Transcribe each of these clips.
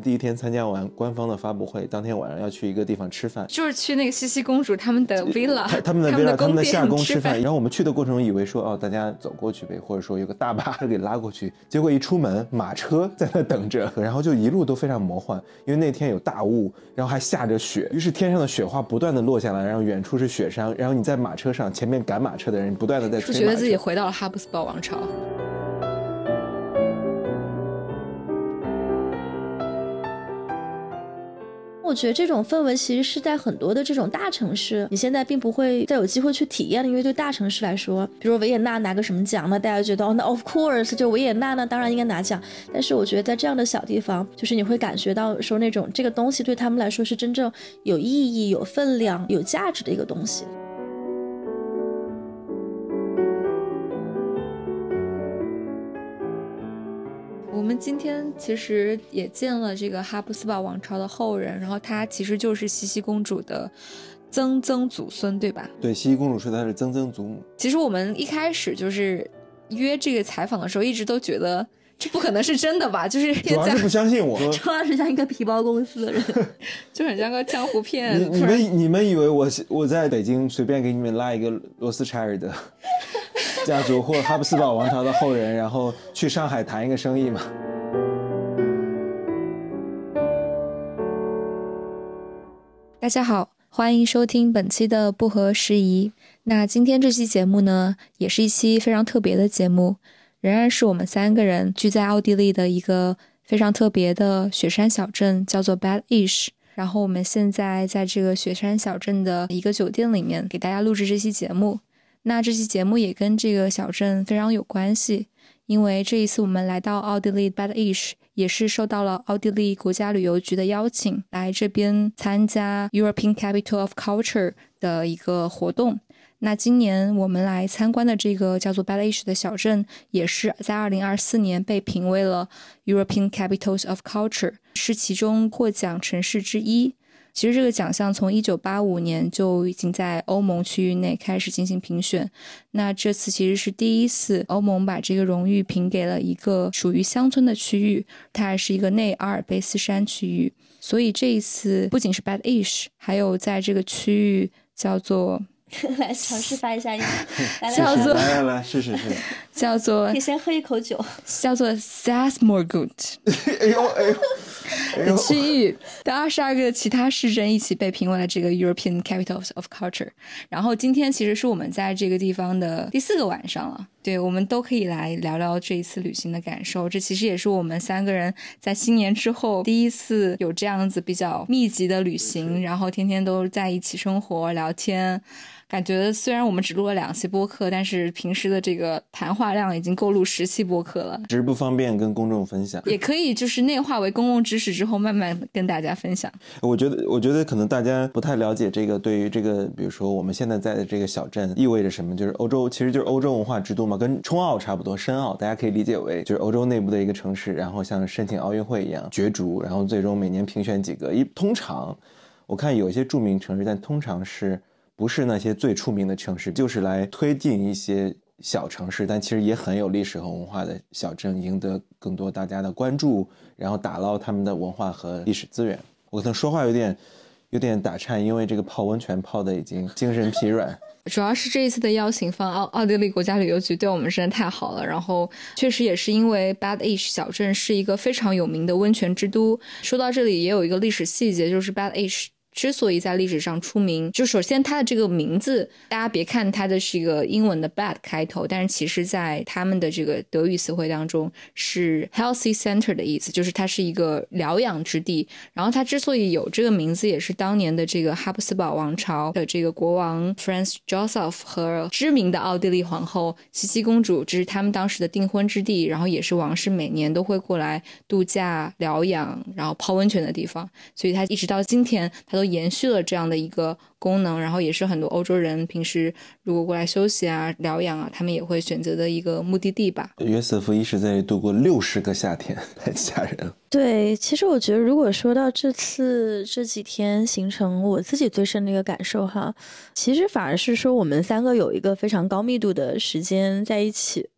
第一天参加完官方的发布会，当天晚上要去一个地方吃饭， 就是去那个茜茜公主他们的 villa， 他们的 villa， 他们的夏宫吃饭。然后我们去的过程中以为说大家走过去呗，或者说有个大巴给拉过去，结果一出门马车在那等着，然后就一路都非常魔幻，因为那天有大雾，然后还下着雪，于是天上的雪花不断的落下来，然后远处是雪山，然后你在马车上，前面赶马车的人不断的在催马车， 觉得自己回到了哈布斯堡王朝。 我觉得这种氛围其实是在很多的这种大城市你现在并不会再有机会去体验了，因为对大城市来说，比如维也纳拿个什么奖呢，大家觉得那 of course 就维也纳呢当然应该拿奖，但是我觉得在这样的小地方，就是你会感觉到说那种这个东西对他们来说是真正有意义有分量有价值的一个东西。 我们今天其实也见了这个哈布斯堡王朝的后人，然后他其实就是茜茜公主的曾曾祖孙，对吧？ 对，茜茜公主是她的曾曾祖母。 其实我们一开始就是约这个采访的时候，一直都觉得这不可能是真的吧，就是主要是不相信我， 主要是像一个皮包公司的人就很像个江湖骗。 你们以为我在北京随便给你们拉一个罗斯柴尔德家族或哈布斯堡王朝的后人，然后去上海谈一个生意吗？ 大家好，欢迎收听本期的不合时宜。那今天这期节目呢，也是一期非常特别的节目，仍然是我们三个人聚在奥地利的一个非常特别的雪山小镇，叫做 Bad Isch。然后我们现在在这个雪山小镇的一个酒店里面给大家录制这期节目。那这期节目也跟这个小镇非常有关系，因为这一次我们来到奥地利 Bad Isch， 也是受到了奥地利国家旅游局的邀请，来这边参加 European Capital of Culture 的一个活动。那今年我们来参观的这个叫做 Bad Isch 的小镇，也是在2024年被评为了 European Capitals of Culture， 是其中获奖城市之一。其实这个奖项从1985年就已经在欧盟区域内开始进行评选，那这次其实是第一次欧盟把这个荣誉评给了一个属于乡村的区域，它还是一个内阿尔卑斯山区域。所以这一次不仅是 Bad Isch， 还有在这个区域叫做来尝试发一下音叫做来试叫做可以先喝一口酒， 叫做 Salzburg 哎呦区域的22个其他市镇一起被评为了这个 European Capitals of Culture。 然后今天其实是我们在这个地方的第4个晚上了，对，我们都可以来聊聊这一次旅行的感受。这其实也是我们3个人在新年之后第一次有这样子比较密集的旅行，然后天天都在一起生活聊天，感觉虽然我们只录了2期播客，但是平时的这个谈话量已经够录10期播客了， 只是不方便跟公众分享， 也可以就是内化为公共知识之后慢慢跟大家分享。 我觉得可能大家不太了解这个，对于这个比如说我们现在在的这个小镇意味着什么，就是欧洲其实就是欧洲文化之都嘛，跟冲奥差不多，申奥大家可以理解为就是欧洲内部的一个城市，然后像申请奥运会一样角逐，然后最终每年评选几个，通常我看有一些著名城市，但通常是不是那些最出名的城市，就是来推进一些小城市但其实也很有历史和文化的小镇，赢得更多大家的关注，然后打捞他们的文化和历史资源。我可能说话有点打颤，因为这个泡温泉泡的已经精神疲软。 主要是这一次的邀请方奥地利国家旅游局对我们真的太好了，然后确实也是因为 Bad Isch 小镇是一个非常有名的温泉之都。说到这里也有一个历史细节，就是 Bad Isch之所以在历史上出名，就首先它的这个名字，大家别看它的是一个英文的 bad 开头，但是其实在他们的这个德语词汇当中是 healthy center 的意思，就是它是一个疗养之地。然后它之所以有这个名字，也是当年的这个哈布斯堡王朝的这个国王 Franz Joseph 和知名的奥地利皇后茜茜公主，这是他们当时的订婚之地，然后也是王室每年都会过来度假疗养然后泡温泉的地方，所以它一直到今天它都延续了这样的一个功能，然后也是很多欧洲人平时如果过来休息啊疗养啊，他们也会选择的一个目的地吧。 约瑟夫一直在这里度过60个夏天，太吓人了。 对，其实我觉得如果说到这次这几天行程，我自己最深的一个感受哈，其实反而是说我们3个有一个非常高密度的时间在一起，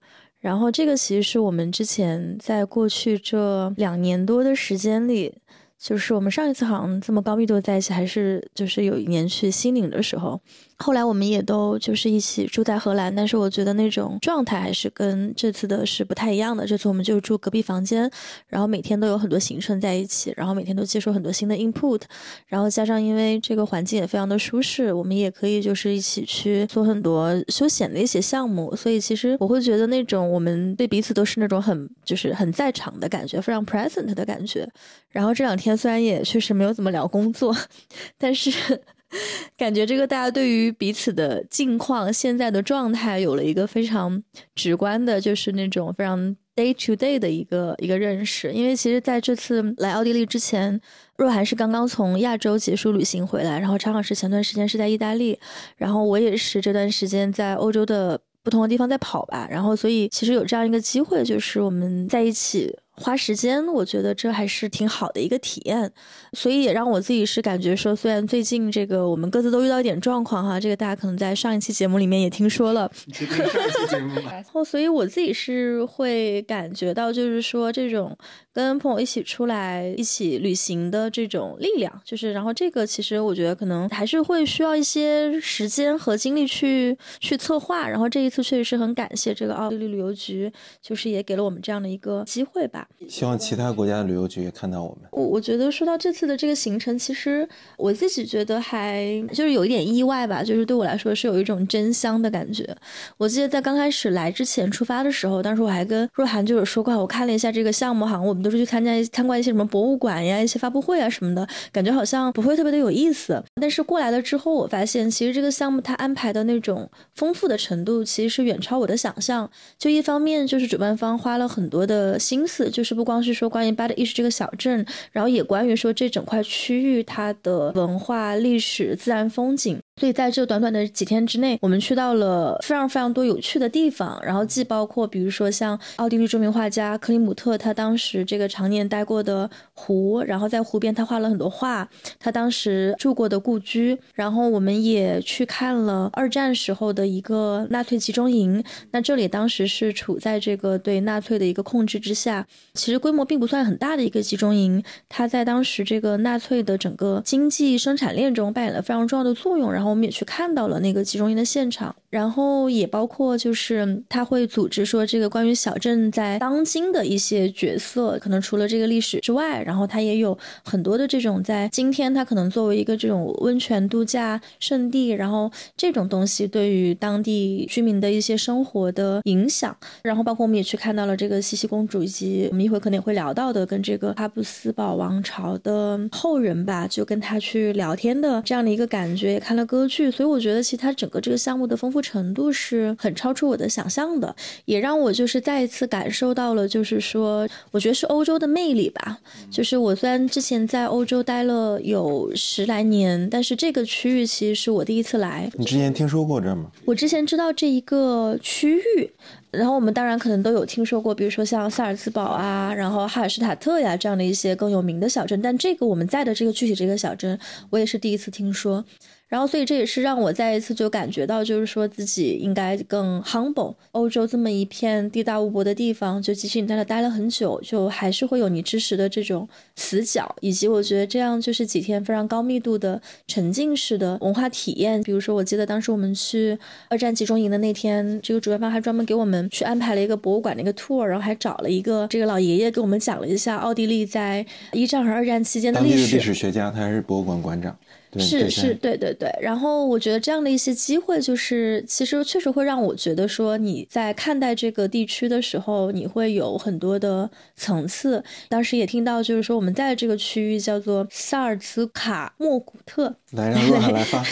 然后这个其实是我们之前在过去这2年多的时间里，就是我们上一次好像这么高密度在一起还是就是有一年去西宁的时候，后来我们也都就是一起住在荷兰，但是我觉得那种状态还是跟这次的是不太一样的。这次我们就住隔壁房间，然后每天都有很多行程在一起，然后每天都接受很多新的 input， 然后加上因为这个环境也非常的舒适，我们也可以就是一起去做很多休闲的一些项目，所以其实我会觉得那种我们对彼此都是那种就是很在场的感觉，非常 present 的感觉。然后这2天虽然也确实没有怎么聊工作，但是感觉这个大家对于彼此的近况现在的状态有了一个非常直观的，就是那种非常 day to day 的一个认识。因为其实在这次来奥地利之前，若涵是刚刚从亚洲结束旅行回来，然后常老师前段时间是在意大利，然后我也是这段时间在欧洲的不同的地方在跑吧，然后所以其实有这样一个机会，就是我们在一起花时间，我觉得这还是挺好的一个体验，所以也让我自己是感觉说，虽然最近这个我们各自都遇到一点状况哈，这个大家可能在上一期节目里面也听说了， 是上一期节目然后所以我自己是会感觉到，就是说这种跟朋友一起出来一起旅行的这种力量，就是然后这个其实我觉得可能还是会需要一些时间和精力去策划，然后这一次确实是很感谢这个奥地利旅游局，就是也给了我们这样的一个机会吧。 希望其他国家的旅游局也看到我们。 我觉得说到这次的这个行程，其实我自己觉得还就是有一点意外吧，就是对我来说是有一种真香的感觉。我记得在刚开始来之前出发的时候，当时我还跟若涵就有说过，我看了一下这个项目，好像我们都是去参观一些什么博物馆呀、一些发布会啊什么的，感觉好像不会特别的有意思。但是过来了之后，我发现其实这个项目它安排的那种丰富的程度，其实是远超我的想象。就一方面就是主办方花了很多的心思，就是不光是说关于巴德伊什这个小镇，然后也关于说这整块区域它的文化、历史、自然风景。所以在这短短的几天之内，我们去到了非常非常多有趣的地方，然后既包括比如说像奥地利著名画家克里姆特他当时这个常年待过的湖，然后在湖边他画了很多画，他当时住过的故居，然后我们也去看了2战时候的一个纳粹集中营，那这里当时是处在这个对纳粹的一个控制之下，其实规模并不算很大的一个集中营，它在当时这个纳粹的整个经济生产链中扮演了非常重要的作用，然后我们也去看到了那个集中营的现场，然后也包括就是他会组织说这个关于小镇在当今的一些角色，可能除了这个历史之外，然后他也有很多的这种在今天他可能作为一个这种温泉度假胜地，然后这种东西对于当地居民的一些生活的影响，然后包括我们也去看到了这个茜茜公主，以及我们一会儿可能也会聊到的跟这个哈布斯堡王朝的后人吧，就跟他去聊天的这样的一个感觉，也看了歌剧，所以我觉得其实它整个这个项目的丰富程度是很超出我的想象的，也让我就是再一次感受到了就是说我觉得是欧洲的魅力吧。就是我虽然之前在欧洲待了有10来年，但是这个区域其实是我第一次来。 你之前听说过这吗？ 我之前知道这一个区域，然后我们当然可能都有听说过，比如说像萨尔茨堡啊，然后哈尔施塔特呀这样的一些更有名的小镇，但这个我们在的这个具体这个小镇我也是第一次听说，然后所以这也是让我再一次就感觉到就是说自己应该更 humble。 欧洲这么一片地大物博的地方，就即使你在那待了很久，就还是会有你知识的这种死角，以及我觉得这样就是几天非常高密度的沉浸式的文化体验。比如说我记得当时我们去2战集中营的那天，这个主办方还专门给我们去安排了一个博物馆的一个 tour， 然后还找了一个这个老爷爷给我们讲了一下奥地利在1战和2战期间的历史。 当地的历史学家，他还是博物馆馆长。 是，对对对。然后我觉得这样的一些机会，就是其实确实会让我觉得说你在看待这个地区的时候，你会有很多的层次。当时也听到就是说我们在这个区域叫做萨尔茨卡莫古特， 来让若涵来发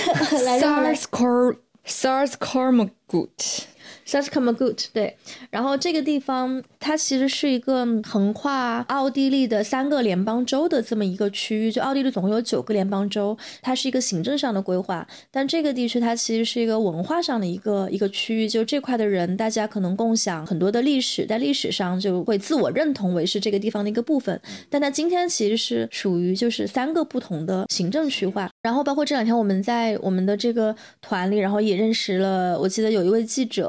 Salzkammergut， 对。然后这个地方它其实是一个横跨奥地利的3个联邦州的这么一个区域，就奥地利总共有9个联邦州，它是一个行政上的规划，但这个地区它其实是一个文化上的一个区域，就这块的人大家可能共享很多的历史，在历史上就会自我认同为是这个地方的一个部分，但它今天其实是属于就是3个不同的行政区划。然后包括这2天我们在我们的这个团里，然后也认识了，我记得有一位记者，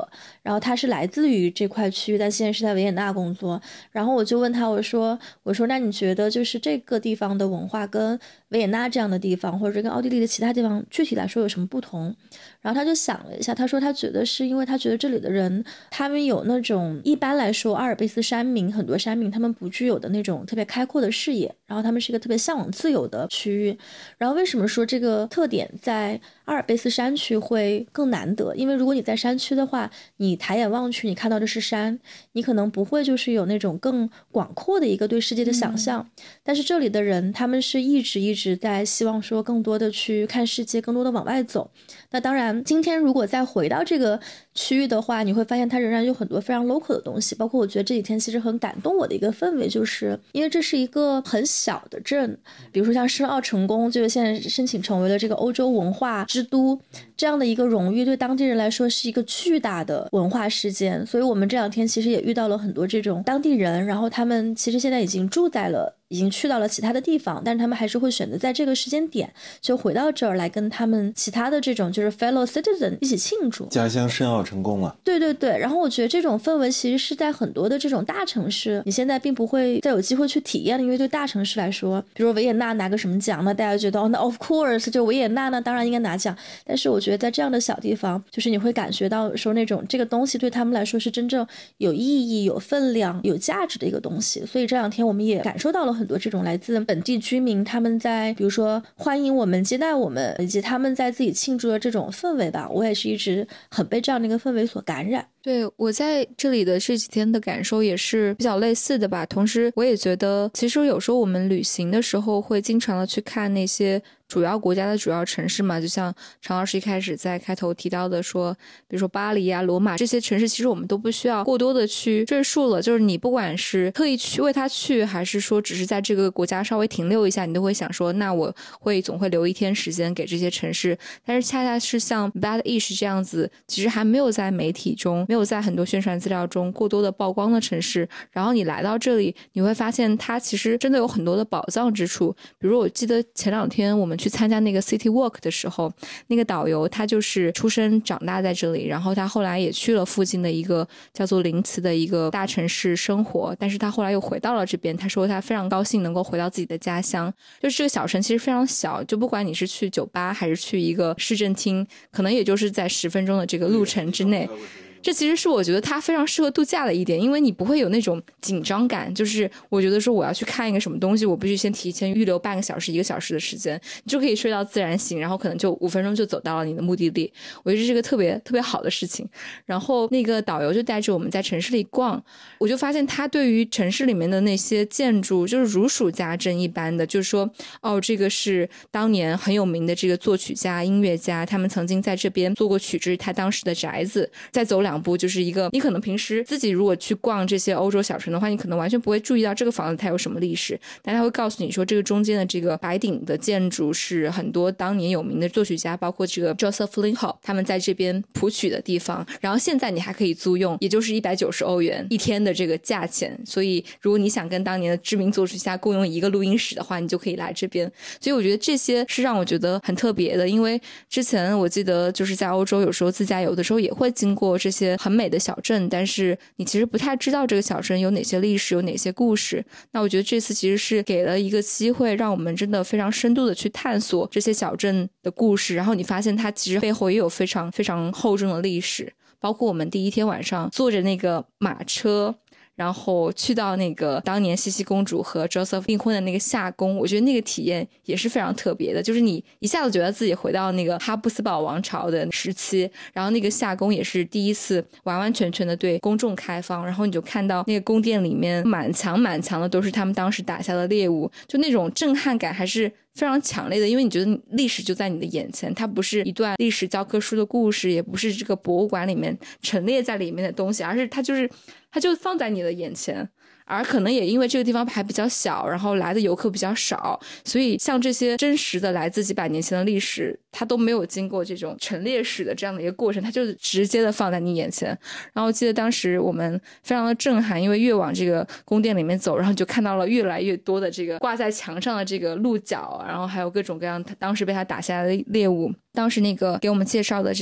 然后他是来自于这块区域，但现在是在维也纳工作。然后我就问他，我说那你觉得就是这个地方的文化跟维也纳这样的地方，或者跟奥地利的其他地方具体来说有什么不同？然后他就想了一下，他说他觉得是因为他觉得这里的人他们有那种一般来说阿尔卑斯山民很多山民他们不具有的那种特别开阔的视野，然后他们是一个特别向往自由的区域。然后为什么说这个特点在阿尔卑斯山区会更难得？因为如果你在山区的话，你抬眼望去你看到的是山，你可能不会就是有那种更广阔的一个对世界的想象。但是这里的人他们是一直在希望说更多的去看世界，更多的往外走。那当然今天如果再回到这个区域的话，你会发现它仍然有很多非常 local 的东西，包括我觉得这几天其实很感动我的一个氛围，就是因为这是一个很小的镇，比如说像申奥成功就是现在申请成为了这个欧洲文化之都这样的一个荣誉，对当地人来说是一个巨大的文化事件。所以我们这两天其实也遇到了很多这种当地人，然后他们其实现在已经去到了其他的地方，但是他们还是会选择在这个时间点就回到这儿来跟他们其他的这种就是 fellow citizen 一起庆祝家乡申奥成功了。 对，然后我觉得这种氛围其实是在很多的这种大城市你现在并不会再有机会去体验了，因为对大城市来说，比如维也纳拿个什么奖，那大家觉得那 of course 就维也纳那当然应该拿奖。但是我觉得在这样的小地方，就是你会感觉到说那种这个东西对他们来说是真正有意义、有分量、有价值的一个东西。所以这两天我们也感受到了很多这种来自本地居民他们在比如说欢迎我们、接待我们，以及他们在自己庆祝的这种氛围吧，我也是一直很被这样的一个氛围所感染。 对，我在这里的这几天的感受也是比较类似的吧。同时我也觉得其实有时候我们旅行的时候会经常的去看那些主要国家的主要城市嘛，就像常老师一开始在开头提到的说，比如说巴黎啊、罗马这些城市，其实我们都不需要过多的去赘述了，就是你不管是特意去为它去，还是说只是在这个国家稍微停留一下，你都会想说那我总会留一天时间给这些城市。但是恰恰是像 Bad Ish 这样子其实还没有在媒体中，没有在很多宣传资料中过多的曝光的城市，然后你来到这里，你会发现它其实真的有很多的宝藏之处。比如我记得前两天我们去参加那个 City Walk 的时候，那个导游他就是出生长大在这里，然后他后来也去了附近的一个叫做林茨的一个大城市生活，但是他后来又回到了这边。他说他非常高兴能够回到自己的家乡，就是这个小城其实非常小，就不管你是去酒吧还是去一个市政厅，可能也就是在10分钟的这个路程之内。这其实是我觉得它非常适合度假的一点，因为你不会有那种紧张感，就是我觉得说我要去看一个什么东西，我必须先提前预留半个小时、1个小时的时间，你就可以睡到自然醒，然后可能就5分钟就走到了你的目的地。我觉得这是一个特别特别好的事情。然后那个导游就带着我们在城市里逛，我就发现他对于城市里面的那些建筑就是如数家珍一般的，就是说这个是当年很有名的这个作曲家、音乐家，他们曾经在这边做过曲，这是他当时的宅子。再走2步就是一个你可能平时自己如果去逛这些欧洲小城的话，你可能完全不会注意到这个房子它有什么历史，但他会告诉你说这个中间的这个白顶的建筑是很多当年有名的作曲家，包括这个 Joseph Linhart 他们在这边谱曲的地方。然后现在你还可以租用，也就是190欧元一天的这个价钱，所以如果你想跟当年的知名作曲家共用一个录音室的话，你就可以来这边。所以我觉得这些是让我觉得很特别的，因为之前我记得就是在欧洲有时候自驾游的时候也会经过这些很美的小镇，但是你其实不太知道这个小镇有哪些历史，有哪些故事。那我觉得这次其实是给了一个机会，让我们真的非常深度的去探索这些小镇的故事，然后你发现它其实背后也有非常非常厚重的历史。包括我们第一天晚上坐着那个马车，然后去到那个当年茜茜公主和 Joseph 订婚的那个夏宫，我觉得那个体验也是非常特别的，就是你一下子觉得自己回到那个哈布斯堡王朝的时期，然后那个夏宫也是第一次完完全全的对公众开放，然后你就看到那个宫殿里面满墙的都是他们当时打下的猎物，就那种震撼感还是非常强烈的，因为你觉得历史就在你的眼前，它不是一段历史教科书的故事，也不是这个博物馆里面陈列在里面的东西，而是它就放在你的眼前。而可能也因为这个地方还比较小，然后来的游客比较少，所以像这些真实的来自几百年前的历史，它都没有经过这种陈列史的这样的一个过程，它就直接的放在你眼前。然后记得当时我们非常的震撼，因为越往这个宫殿里面走，然后就看到了越来越多的这个挂在墙上的这个鹿角，然后还有各种各样当时被他打下来的猎物。当时那个给我们介绍的这个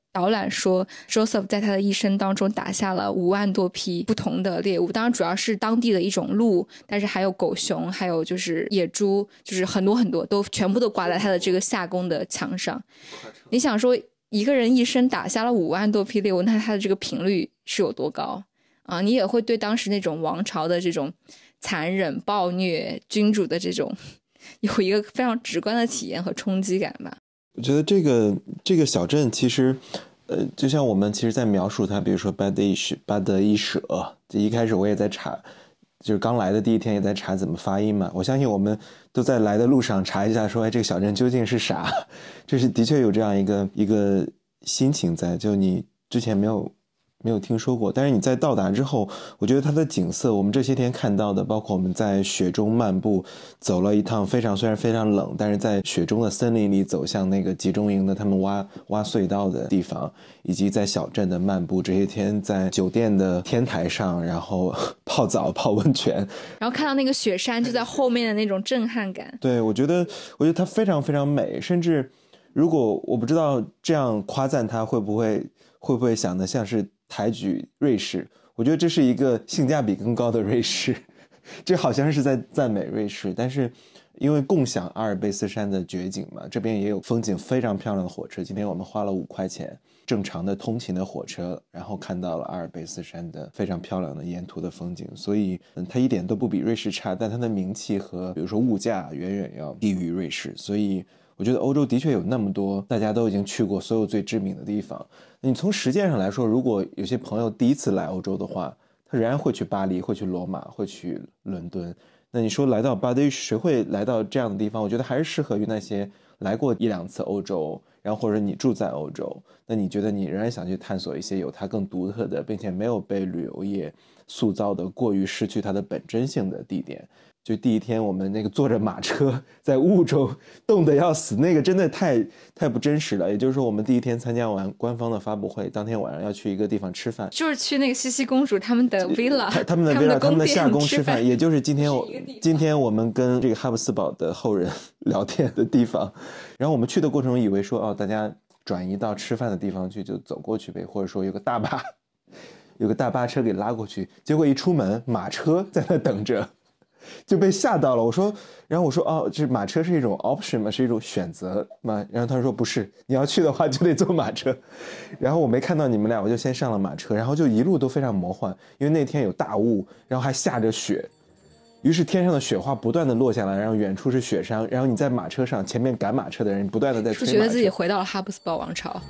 导览说 Joseph 在他的一生当中打下了5万多匹不同的猎物，当然主要是当地的一种鹿，但是还有狗熊，还有就是野猪，就是很多很多都全部都挂在他的这个夏宫的墙上。你想说一个人一生打下了5万多匹猎物，那他的这个频率是有多高啊？你也会对当时那种王朝的这种残忍暴虐君主的这种有一个非常直观的体验和冲击感吧。 我觉得这个小镇其实就像我们其实在描述它，比如说巴德伊舍，这一开始我也在查，就是刚来的第一天也在查怎么发音嘛。我相信我们都在来的路上查一下说，哎，这个小镇究竟是啥？这是的确有这样一个心情在，就你之前没有听说过，但是你在到达之后，我觉得它的景色，我们这些天看到的，包括我们在雪中漫步，走了一趟虽然非常冷，但是在雪中的森林里走向那个集中营的他们挖隧道的地方，以及在小镇的漫步，这些天在酒店的天台上，然后泡澡泡温泉， 然后看到那个雪山就在后面的那种震撼感。 对，我觉得它非常非常美，甚至如果我不知道这样夸赞它会不会想的像是抬举瑞士，我觉得这是一个性价比更高的瑞士，这好像是在赞美瑞士，但是因为共享阿尔卑斯山的绝景嘛，这边也有风景非常漂亮的火车，今天我们花了5块钱正常的通勤的火车，然后看到了阿尔卑斯山的非常漂亮的沿途的风景，所以它一点都不比瑞士差，但它的名气和比如说物价远远要低于瑞士，所以我觉得欧洲的确有那么多大家都已经去过所有最知名的地方。你从实践上来说，如果有些朋友第一次来欧洲的话，他仍然会去巴黎，会去罗马，会去伦敦。那你说来到巴黎，谁会来到这样的地方？我觉得还是适合于那些来过1-2次欧洲，然后或者你住在欧洲，那你觉得你仍然想去探索一些有它更独特的，并且没有被旅游业塑造的过于失去它的本真性的地点。就第一天我们那个坐着马车在雾中冻得要死，那个真的太不真实了。也就是说我们第一天参加完官方的发布会，当天晚上要去一个地方吃饭， 就是去那个茜茜公主他们的 villa， 他们的 villa， 他们的夏宫吃饭，也就是今天我们跟这个哈布斯堡的后人聊天的地方。然后我们去的过程中以为说大家转移到吃饭的地方去，就走过去呗，或者说有个大巴车给拉过去，结果一出门马车在那等着，就被吓到了。然后我说这马车是一种 option 吗？是一种选择吗？然后他说不是，你要去的话就得坐马车。然后我没看到你们俩，我就先上了马车，然后就一路都非常魔幻，因为那天有大雾，然后还下着雪，于是天上的雪花不断的落下来，然后远处是雪山，然后你在马车上，前面赶马车的人不断的在催马车， 觉得自己回到了哈布斯堡王朝。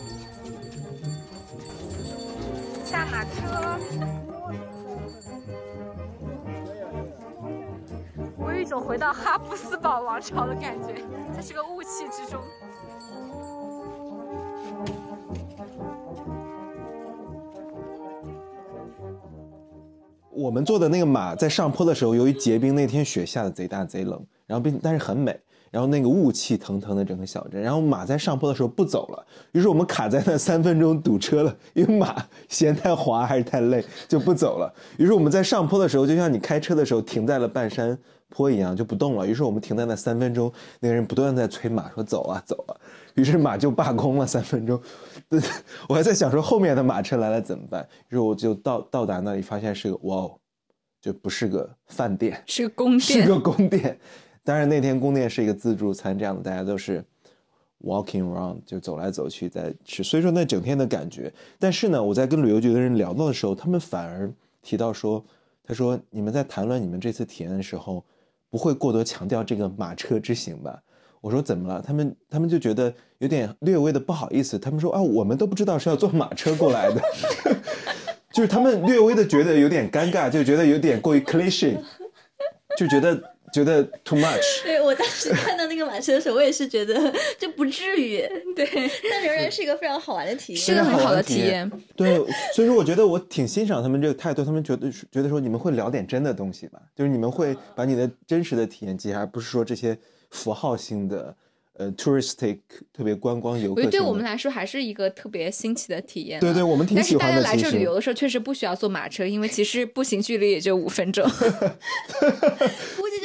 下马车，我有一种回到哈布斯堡王朝的感觉，在这个雾气之中。 我们坐的那个马在上坡的时候，由于结冰，那天雪下的贼大贼冷，然后但是很美，然后那个雾气腾腾的整个小镇，然后马在上坡的时候不走了，于是我们卡在那3分钟堵车了，因为马嫌太滑还是太累就不走了。于是我们在上坡的时候，就像你开车的时候停在了半山坡一样，就不动了。于是我们停在那3分钟，那个人不断的在催马说走啊走啊，于是马就罢工了3分钟。我还在想说后面的马车来了怎么办，于是我就到达那里，发现是个就不是个饭店， 是个宫殿， 是个宫殿。当然那天宫殿是一个自助餐，这样的大家都是 walking around， 就走来走去在吃，所以说那整天的感觉。但是呢，我在跟旅游局的人聊到的时候，他们反而提到说，他说你们在谈论你们这次体验的时候，不会过多强调这个马车之行吧？我说怎么了？他们就觉得有点略微的不好意思，他们说我们都不知道是要坐马车过来的。就是他们略微的觉得有点尴尬，就觉得有点过于 cliché， 就觉得 too much。 对，我当时看到那个马车的时候，我也是觉得就不至于，对，但仍然是一个非常好玩的体验， 是个很好的体验。 对，所以说我觉得我挺欣赏他们这个态度，他们觉得说你们会聊点真的东西吧，就是你们会把你的真实的体验记下，而不是说这些符号性的touristic 特别观光游客， 我觉得对我们来说还是一个特别新奇的体验。 对，我们挺喜欢的。 但是大家来这旅游的时候确实不需要坐马车，因为其实步行距离也就5分钟。 估计就是因为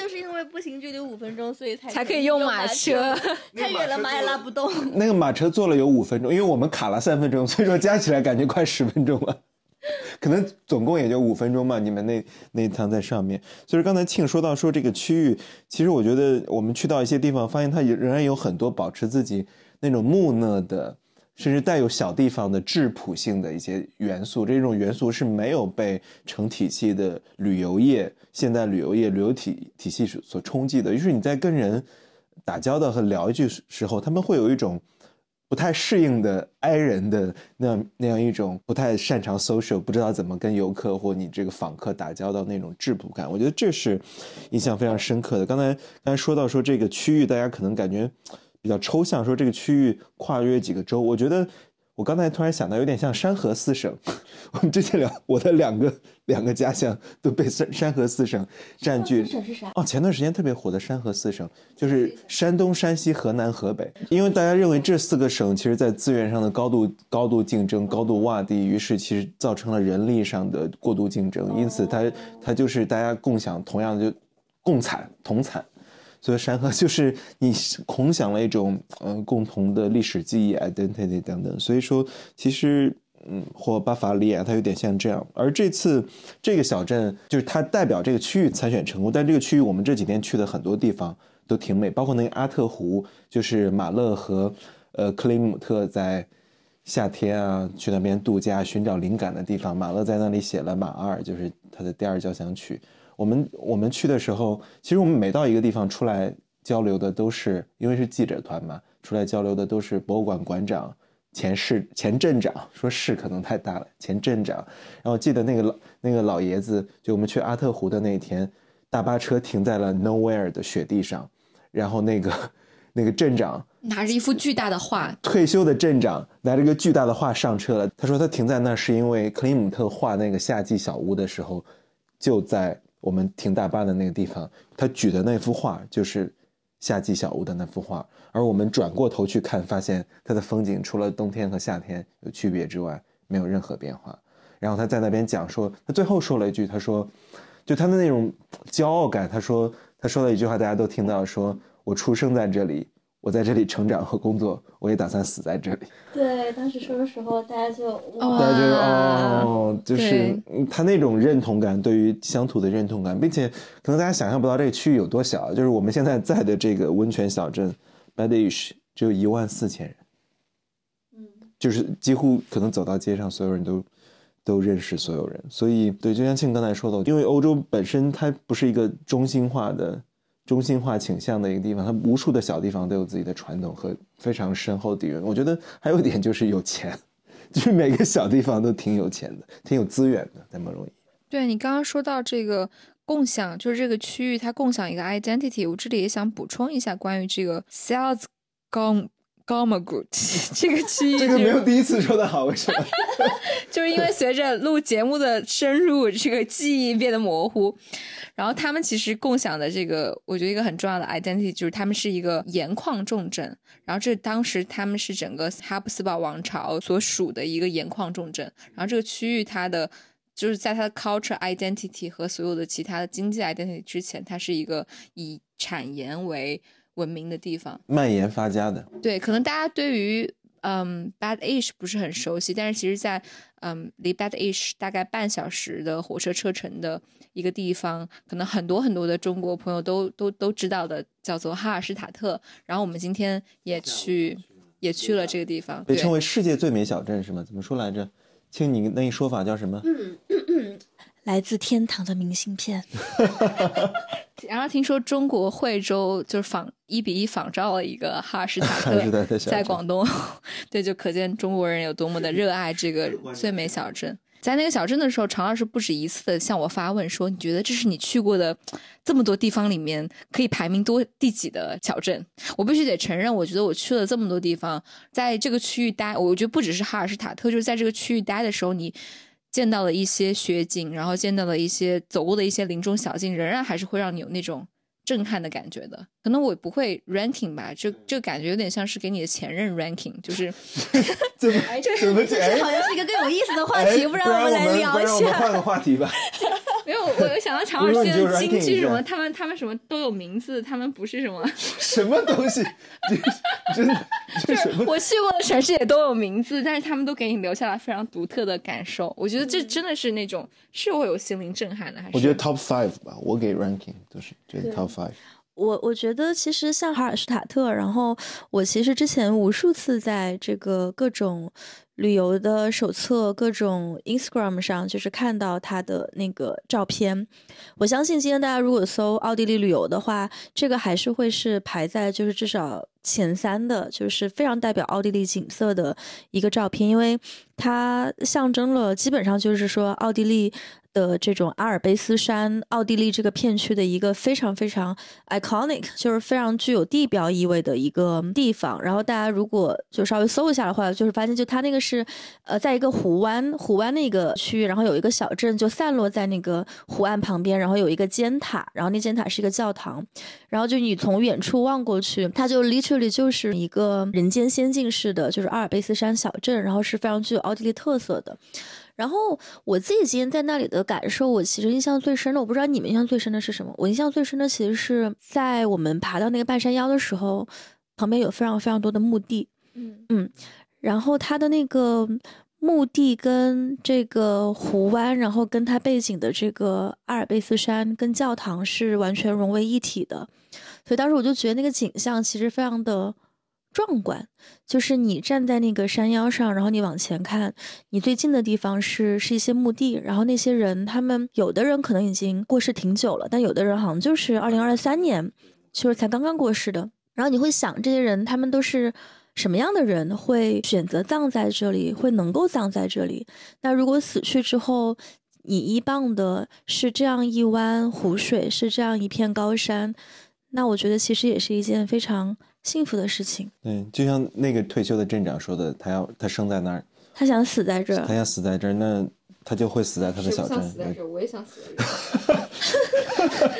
步行距离5分钟，所以才可以用马车。 太远了，马也拉不动。 那个马车坐了有5分钟，因为我们卡了3分钟，所以说加起来感觉快10分钟了。可能总共也就5分钟吧，你们那一趟在上面。所以刚才庆说到说这个区域，其实我觉得我们去到一些地方，发现它仍然有很多保持自己那种木讷的，甚至带有小地方的质朴性的一些元素。这种元素是没有被成体系的旅游业、现代旅游体系所冲击的。于是你在跟人打交道和聊一句时候，他们会有一种不太适应的挨人的那样一种不太擅长 social， 不知道怎么跟游客或你这个访客打交道那种质朴感，我觉得这是印象非常深刻的。刚才说到说这个区域，大家可能感觉比较抽象，说这个区域跨越几个州，我觉得我刚才突然想到有点像山河四省。我们之前聊我的两个家乡都被山河四省占据。 山河四省是啥？ 前段时间特别火的山河四省，就是山东、山西、河南、河北。因为大家认为这4个省其实在资源上的高度竞争、高度洼地，于是其实造成了人力上的过度竞争，因此它就是大家共享同样的就同产。所以山河就是你共享了一种共同的历史记忆 identity 等等。所以说其实或巴伐利亚它有点像这样。而这次这个小镇就是它代表这个区域参选成功，但这个区域我们这几天去的很多地方都挺美，包括那个阿特湖，就是马勒和克林姆特在夏天啊去那边度假寻找灵感的地方。马勒在那里写了马2，就是他的第2交响曲。我们去的时候，其实我们每到一个地方出来交流的都是，因为是记者团嘛，出来交流的都是博物馆馆长、前镇长，说市可能太大了，前镇长。然后记得那个老爷子，就我们去阿特湖的那一天，大巴车停在了 nowhere 的雪地上，然后那个镇长拿着一幅巨大的画， 退休的镇长拿着一个巨大的画上车了。他说他停在那是因为克林姆特画那个夏季小屋的时候，就在我们停大巴的那个地方，他举的那幅画就是夏季小屋的那幅画。而我们转过头去看，发现它的风景除了冬天和夏天有区别之外，没有任何变化。然后他在那边讲说，他最后说了一句，他说就他的那种骄傲感，他说了一句话，大家都听到，说我出生在这里，我在这里成长和工作，我也打算死在这里。 对，当时说的时候，大家就就是他那种认同感，对于乡土的认同感，并且可能大家想象不到这个区域有多小，就是我们现在在的这个温泉小镇 Badish 只有14000人，就是几乎可能走到街上，所有人都认识所有人。所以对，就像庆刚才说的，因为欧洲本身它不是一个中心化倾向的一个地方，它无数的小地方都有自己的传统和非常深厚的底蕴。我觉得还有一点就是有钱，就是每个小地方都挺有钱的，挺有资源的，在某种意义。 对，你刚刚说到这个共享，就是这个区域它共享一个 identity， 我这里也想补充一下关于这个 Salzkammergut 这个区域， 这个没有第一次说的好，为什么？ 就是因为随着录节目的深入，这个记忆变得模糊。然后他们其实共享的这个，我觉得一个很重要的 identity 就是他们是一个盐矿重镇。然后这当时他们是整个哈布斯堡王朝所属的一个盐矿重镇。然后这个区域它的就是在它的 culture identity 和所有的其他的经济 identity 之前，它是一个以产盐为闻名的地方， 蔓延发家的。 对，可能大家对于Bad-Isch 不是很熟悉，但是其实在离 Bad-Isch 大概半小时的火车车程的一个地方，可能很多的中国朋友都知道的，叫做哈尔施塔特。然后我们今天也去了这个地方， 被称为世界最美小镇是吗？怎么说来着？听你那一说法叫什么？ 来自天堂的明信片。 然后听说中国惠州就是1:1仿照了一个哈尔施塔特，在广东。对，就可见中国人有多么的热爱这个最美小镇。在那个小镇的时候，常老师不止一次的向我发问说，你觉得这是你去过的这么多地方里面可以排名第几的小镇？我必须得承认，我觉得我去了这么多地方，在这个区域待，我觉得不只是哈尔施塔特，就是在这个区域待的时候，你见到了一些雪景，然后见到了一些走过的一些林中小径，仍然还是会让你有那种震撼的感觉的。可能我不会 ranking 吧，这感觉有点像是给你的前任 ranking， 就是怎么这好像是一个更有意思的话题，不然我们来聊一下。 不然我们换个话题吧。 没有，我想到常老师的京剧什么， 他们什么都有名字，他们不是什么什么东西，真的就是我去过的城市也都有名字，但是他们都给你留下了非常独特的感受。我觉得这真的是那种是会有心灵震撼的，还是？ 我觉得 top 5吧，我给 ranking 都是觉得 top 5。 我觉得其实像哈尔施塔特，然后我其实之前无数次在这个各种旅游的手册、各种 Instagram 上，就是看到他的那个照片。我相信今天大家如果搜奥地利旅游的话，这个还是会是排在就是至少前3的，就是非常代表奥地利景色的一个照片，因为它象征了基本上就是说奥地利的这种阿尔卑斯山，奥地利这个片区的一个非常非常 iconic， 就是非常具有地标意味的一个地方。然后大家如果就稍微搜一下的话，就是发现就它那个是在一个湖湾的一个区域，然后有一个小镇就散落在那个湖岸旁边，然后有一个尖塔，然后那尖塔是一个教堂，然后就你从远处望过去，它就 literally 就是一个人间仙境式的就是阿尔卑斯山小镇，然后是非常具有奥地利特色的。然后我自己今天在那里的感受，我其实印象最深的，我不知道你们印象最深的是什么。我印象最深的其实是在我们爬到那个半山腰的时候，旁边有非常非常多的墓地，然后它的那个墓地跟这个湖湾，然后跟它背景的这个阿尔卑斯山跟教堂是完全融为一体的，所以当时我就觉得那个景象其实非常的壮观，就是你站在那个山腰上，然后你往前看，你最近的地方是一些墓地，然后那些人他们有的人可能已经过世挺久了，但有的人好像就是2023年就是才刚刚过世的，然后你会想这些人他们都是什么样的人会选择葬在这里，会能够葬在这里。那如果死去之后你依傍的是这样一湾湖水，是这样一片高山，那我觉得其实也是一件非常幸福的事情。 对，就像那个退休的镇长说的，他生在那儿， 他想死在这儿， 他想死在这儿，那他就会死在他的小镇。 死在这儿，我也想死在这儿。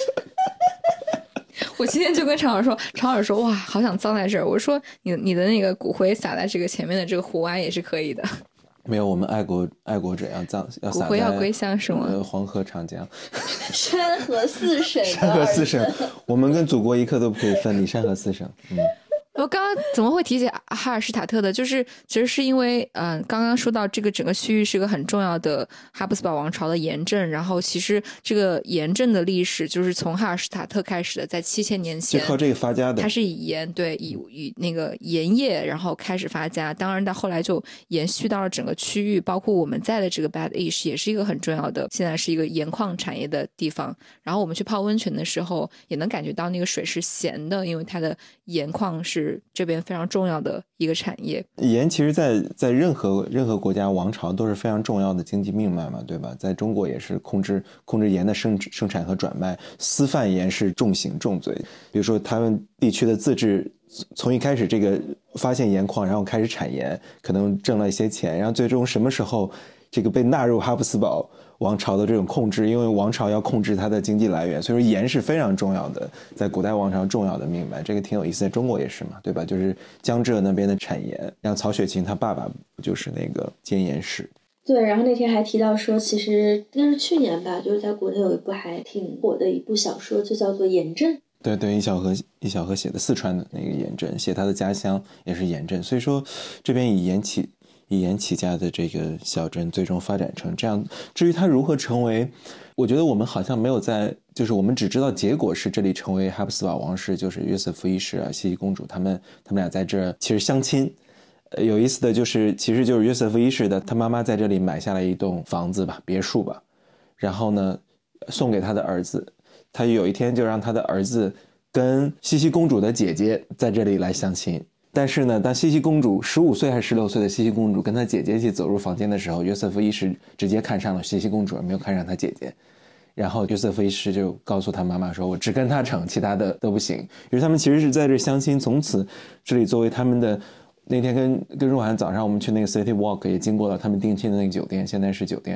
我今天就跟常老师说，哇，好想葬在这儿。我说你的那个骨灰撒在这个前面的这个湖湾也是可以的。 没有，我们爱国者要骨灰要归乡是吗？ 黄河长江， 山河四省， 山河四省，我们跟祖国一刻都不可以分离，山河四省。 我刚刚怎么会提起哈尔施塔特的？就是其实是因为，刚刚说到这个整个区域是个很重要的哈布斯堡王朝的盐镇，然后其实这个盐镇的历史就是从哈尔施塔特开始的，在7000年前就靠这个发家的。 它是以盐以那个盐业然后开始发家，当然到后来就延续到了整个区域，包括我们在的这个 Bad Isch 也是一个很重要的，现在是一个盐矿产业的地方。然后我们去泡温泉的时候，也能感觉到那个水是咸的，因为它的盐矿是这边非常重要的一个产业。 盐其实在任何国家王朝都是非常重要的经济命脉嘛，对吧？在中国也是控制盐的生产和转卖，私贩盐是重刑重罪。比如说他们地区的自治，从一开始这个发现盐矿，然后开始产盐，可能挣了一些钱，然后最终什么时候这个被纳入哈布斯堡王朝的这种控制，因为王朝要控制它的经济来源，所以说盐是非常重要的，在古代王朝重要的命脉，这个挺有意思，在中国也是嘛，对吧？就是江浙那边的产盐，像曹雪芹他爸爸就是那个监盐使。 对，然后那天还提到说，其实应该是去年吧，就是在国内有一部还挺火的一部小说，就叫做《盐镇》。 对对，易小河写的四川的那个盐镇，写他的家乡也是盐镇，所以说这边以盐起家的这个小镇最终发展成这样。至于它如何成为，我觉得我们好像没有就是我们只知道结果是这里成为哈布斯堡王室，就是约瑟夫一世啊、茜茜公主他们俩在这其实相亲。有意思的就是，其实就是约瑟夫一世的他妈妈在这里买下了一栋房子吧，别墅吧，然后呢送给他的儿子，他有一天就让他的儿子跟茜茜公主的姐姐在这里来相亲。但是呢，当茜茜公主15岁还是16岁的茜茜公主跟她姐姐一起走入房间的时候，约瑟夫一世直接看上了茜茜公主，而没有看上她姐姐。然后约瑟夫一世就告诉他妈妈说，我只跟她成，其他的都不行。于是他们其实是在这相亲，从此这里作为他们的。那天跟若涵早上我们去那个 City Walk 也经过了他们定亲的那个酒店，现在是酒店。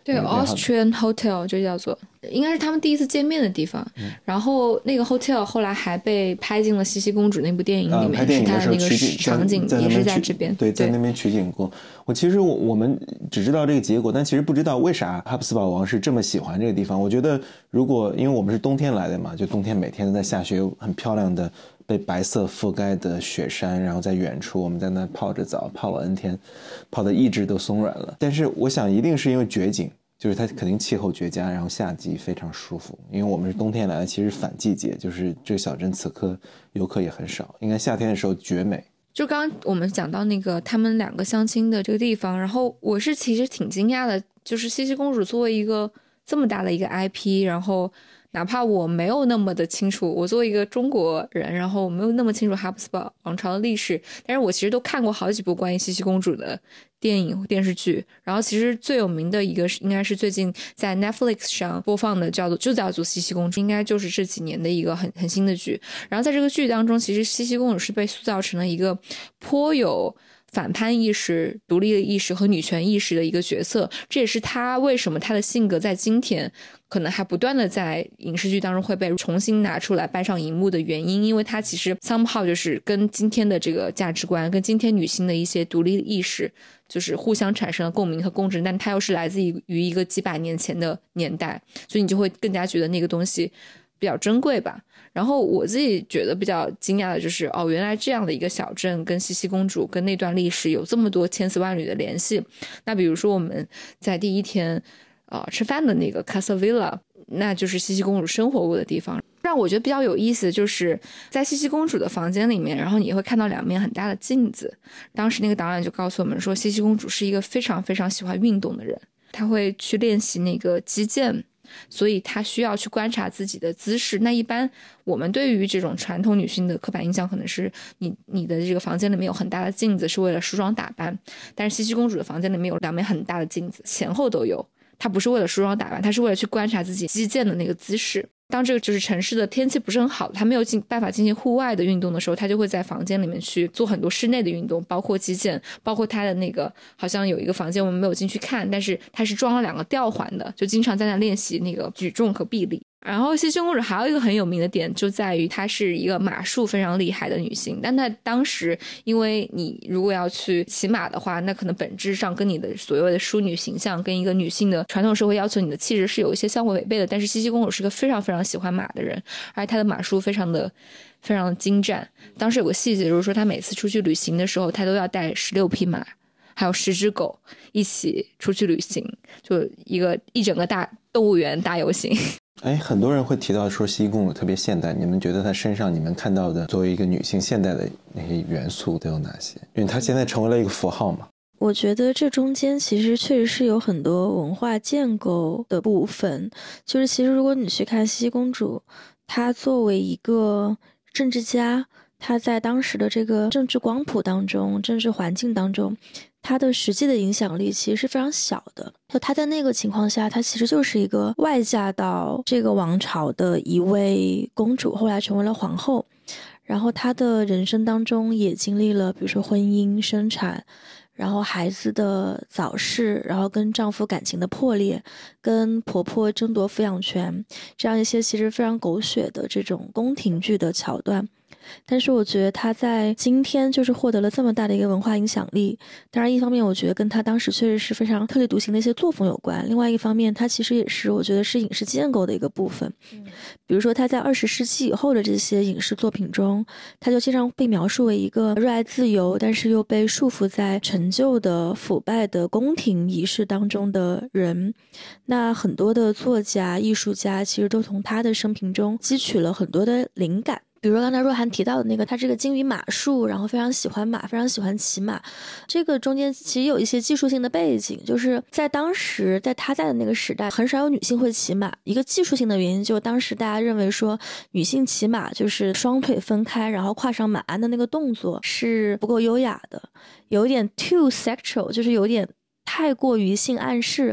对 Austrian Hotel 就叫做，应该是他们第一次见面的地方。然后那个 hotel 后来还被拍进了西西公主那部电影里面， 拍电影的时候是它的那个场景也是在这边。 对，在那边取景过。其实我们只知道这个结果，但其实不知道为啥哈布斯堡王室这么喜欢这个地方。我觉得如果因为我们是冬天来的嘛，就冬天每天都在下雪，有很漂亮的被白色覆盖的雪山，然后在远处我们在那泡着澡，泡了 N 天，泡的意志都松软了。但是我想一定是因为绝景，就是它肯定气候绝佳，然后夏季非常舒服。因为我们是冬天来的，其实反季节，就是这个小镇此刻游客也很少，应该夏天的时候绝美。 就刚刚我们讲到那个他们两个相亲的这个地方，然后我是其实挺惊讶的，就是西西公主作为一个这么大的一个 IP， 然后哪怕我没有那么的清楚，我作为一个中国人，然后我没有那么清楚哈布斯堡王朝的历史，但是我其实都看过好几部关于西西公主的电影电视剧。然后其实最有名的一个应该是最近在 Netflix 上播放的，就叫做西西公主，应该就是这几年的一个很新的剧。然后在这个剧当中，其实西西公主是被塑造成了一个颇有反叛意识、独立的意识和女权意识的一个角色，这也是她为什么她的性格在今天可能还不断的在影视剧当中会被重新拿出来搬上荧幕的原因。因为她其实 somehow 就是跟今天的这个价值观，跟今天女性的一些独立意识就是互相产生了共鸣和共振，但它又是来自于一个几百年前的年代，所以你就会更加觉得那个东西比较珍贵吧。然后我自己觉得比较惊讶的就是原来这样的一个小镇跟西西公主跟那段历史有这么多千丝万缕的联系。那比如说我们在第一天吃饭的那个 Casa Villa， 那就是西西公主生活过的地方。让我觉得比较有意思就是在西西公主的房间里面，然后你会看到两面很大的镜子。当时那个导演就告诉我们说，西西公主是一个非常非常喜欢运动的人，她会去练习那个击剑，所以她需要去观察自己的姿势。那一般我们对于这种传统女性的刻板印象可能是你的这个房间里面有很大的镜子是为了梳妆打扮，但是西西公主的房间里面有两面很大的镜子，前后都有。她不是为了梳妆打扮，她是为了去观察自己击剑的那个姿势。当这个就是城市的天气不是很好，他没有办法进行户外的运动的时候，他就会在房间里面去做很多室内的运动，包括击剑，包括他的那个好像有一个房间我们没有进去看，但是他是装了2个吊环的，就经常在那练习那个举重和臂力。然后西西公主还有一个很有名的点就在于她是一个马术非常厉害的女性，但她当时因为你如果要去骑马的话，那可能本质上跟你的所谓的淑女形象跟一个女性的传统社会要求你的气质是有一些相互违背的。但是西西公主是个非常非常喜欢马的人，而且她的马术非常的精湛。当时有个细节就是说，她每次出去旅行的时候，她都要带16匹马还有10只狗一起出去旅行，就一整个大动物园大游行。 很多人会提到说西西公主特别现代，你们觉得她身上你们看到的作为一个女性现代的那些元素都有哪些？因为她现在成为了一个符号嘛。 我觉得这中间其实确实是有很多文化建构的部分，就是其实如果你去看西西公主，她作为一个政治家，她在当时的这个政治光谱当中，政治环境当中，她的实际的影响力其实是非常小的。就她在那个情况下，她其实就是一个外嫁到这个王朝的一位公主，后来成为了皇后。然后她的人生当中也经历了比如说婚姻、生产，然后孩子的早逝，然后跟丈夫感情的破裂，跟婆婆争夺抚养权，这样一些其实非常狗血的这种宫廷剧的桥段。但是我觉得他在今天就是获得了这么大的一个文化影响力，当然一方面我觉得跟他当时确实是非常特立独行的一些作风有关，另外一方面他其实也是我觉得是影视建构的一个部分。比如说他在20世纪以后的这些影视作品中，他就经常被描述为一个热爱自由但是又被束缚在陈旧的腐败的宫廷仪式当中的人。那很多的作家艺术家其实都从他的生平中汲取了很多的灵感，比如说刚才若涵提到的那个，他这个精于马术，然后非常喜欢马，非常喜欢骑马，这个中间其实有一些技术性的背景，就是在当时在他在的那个时代，很少有女性会骑马。一个技术性的原因，就当时大家认为说女性骑马就是双腿分开，然后跨上马鞍的那个动作是不够优雅的，有一点 too sexual，就是有点太过于性暗示。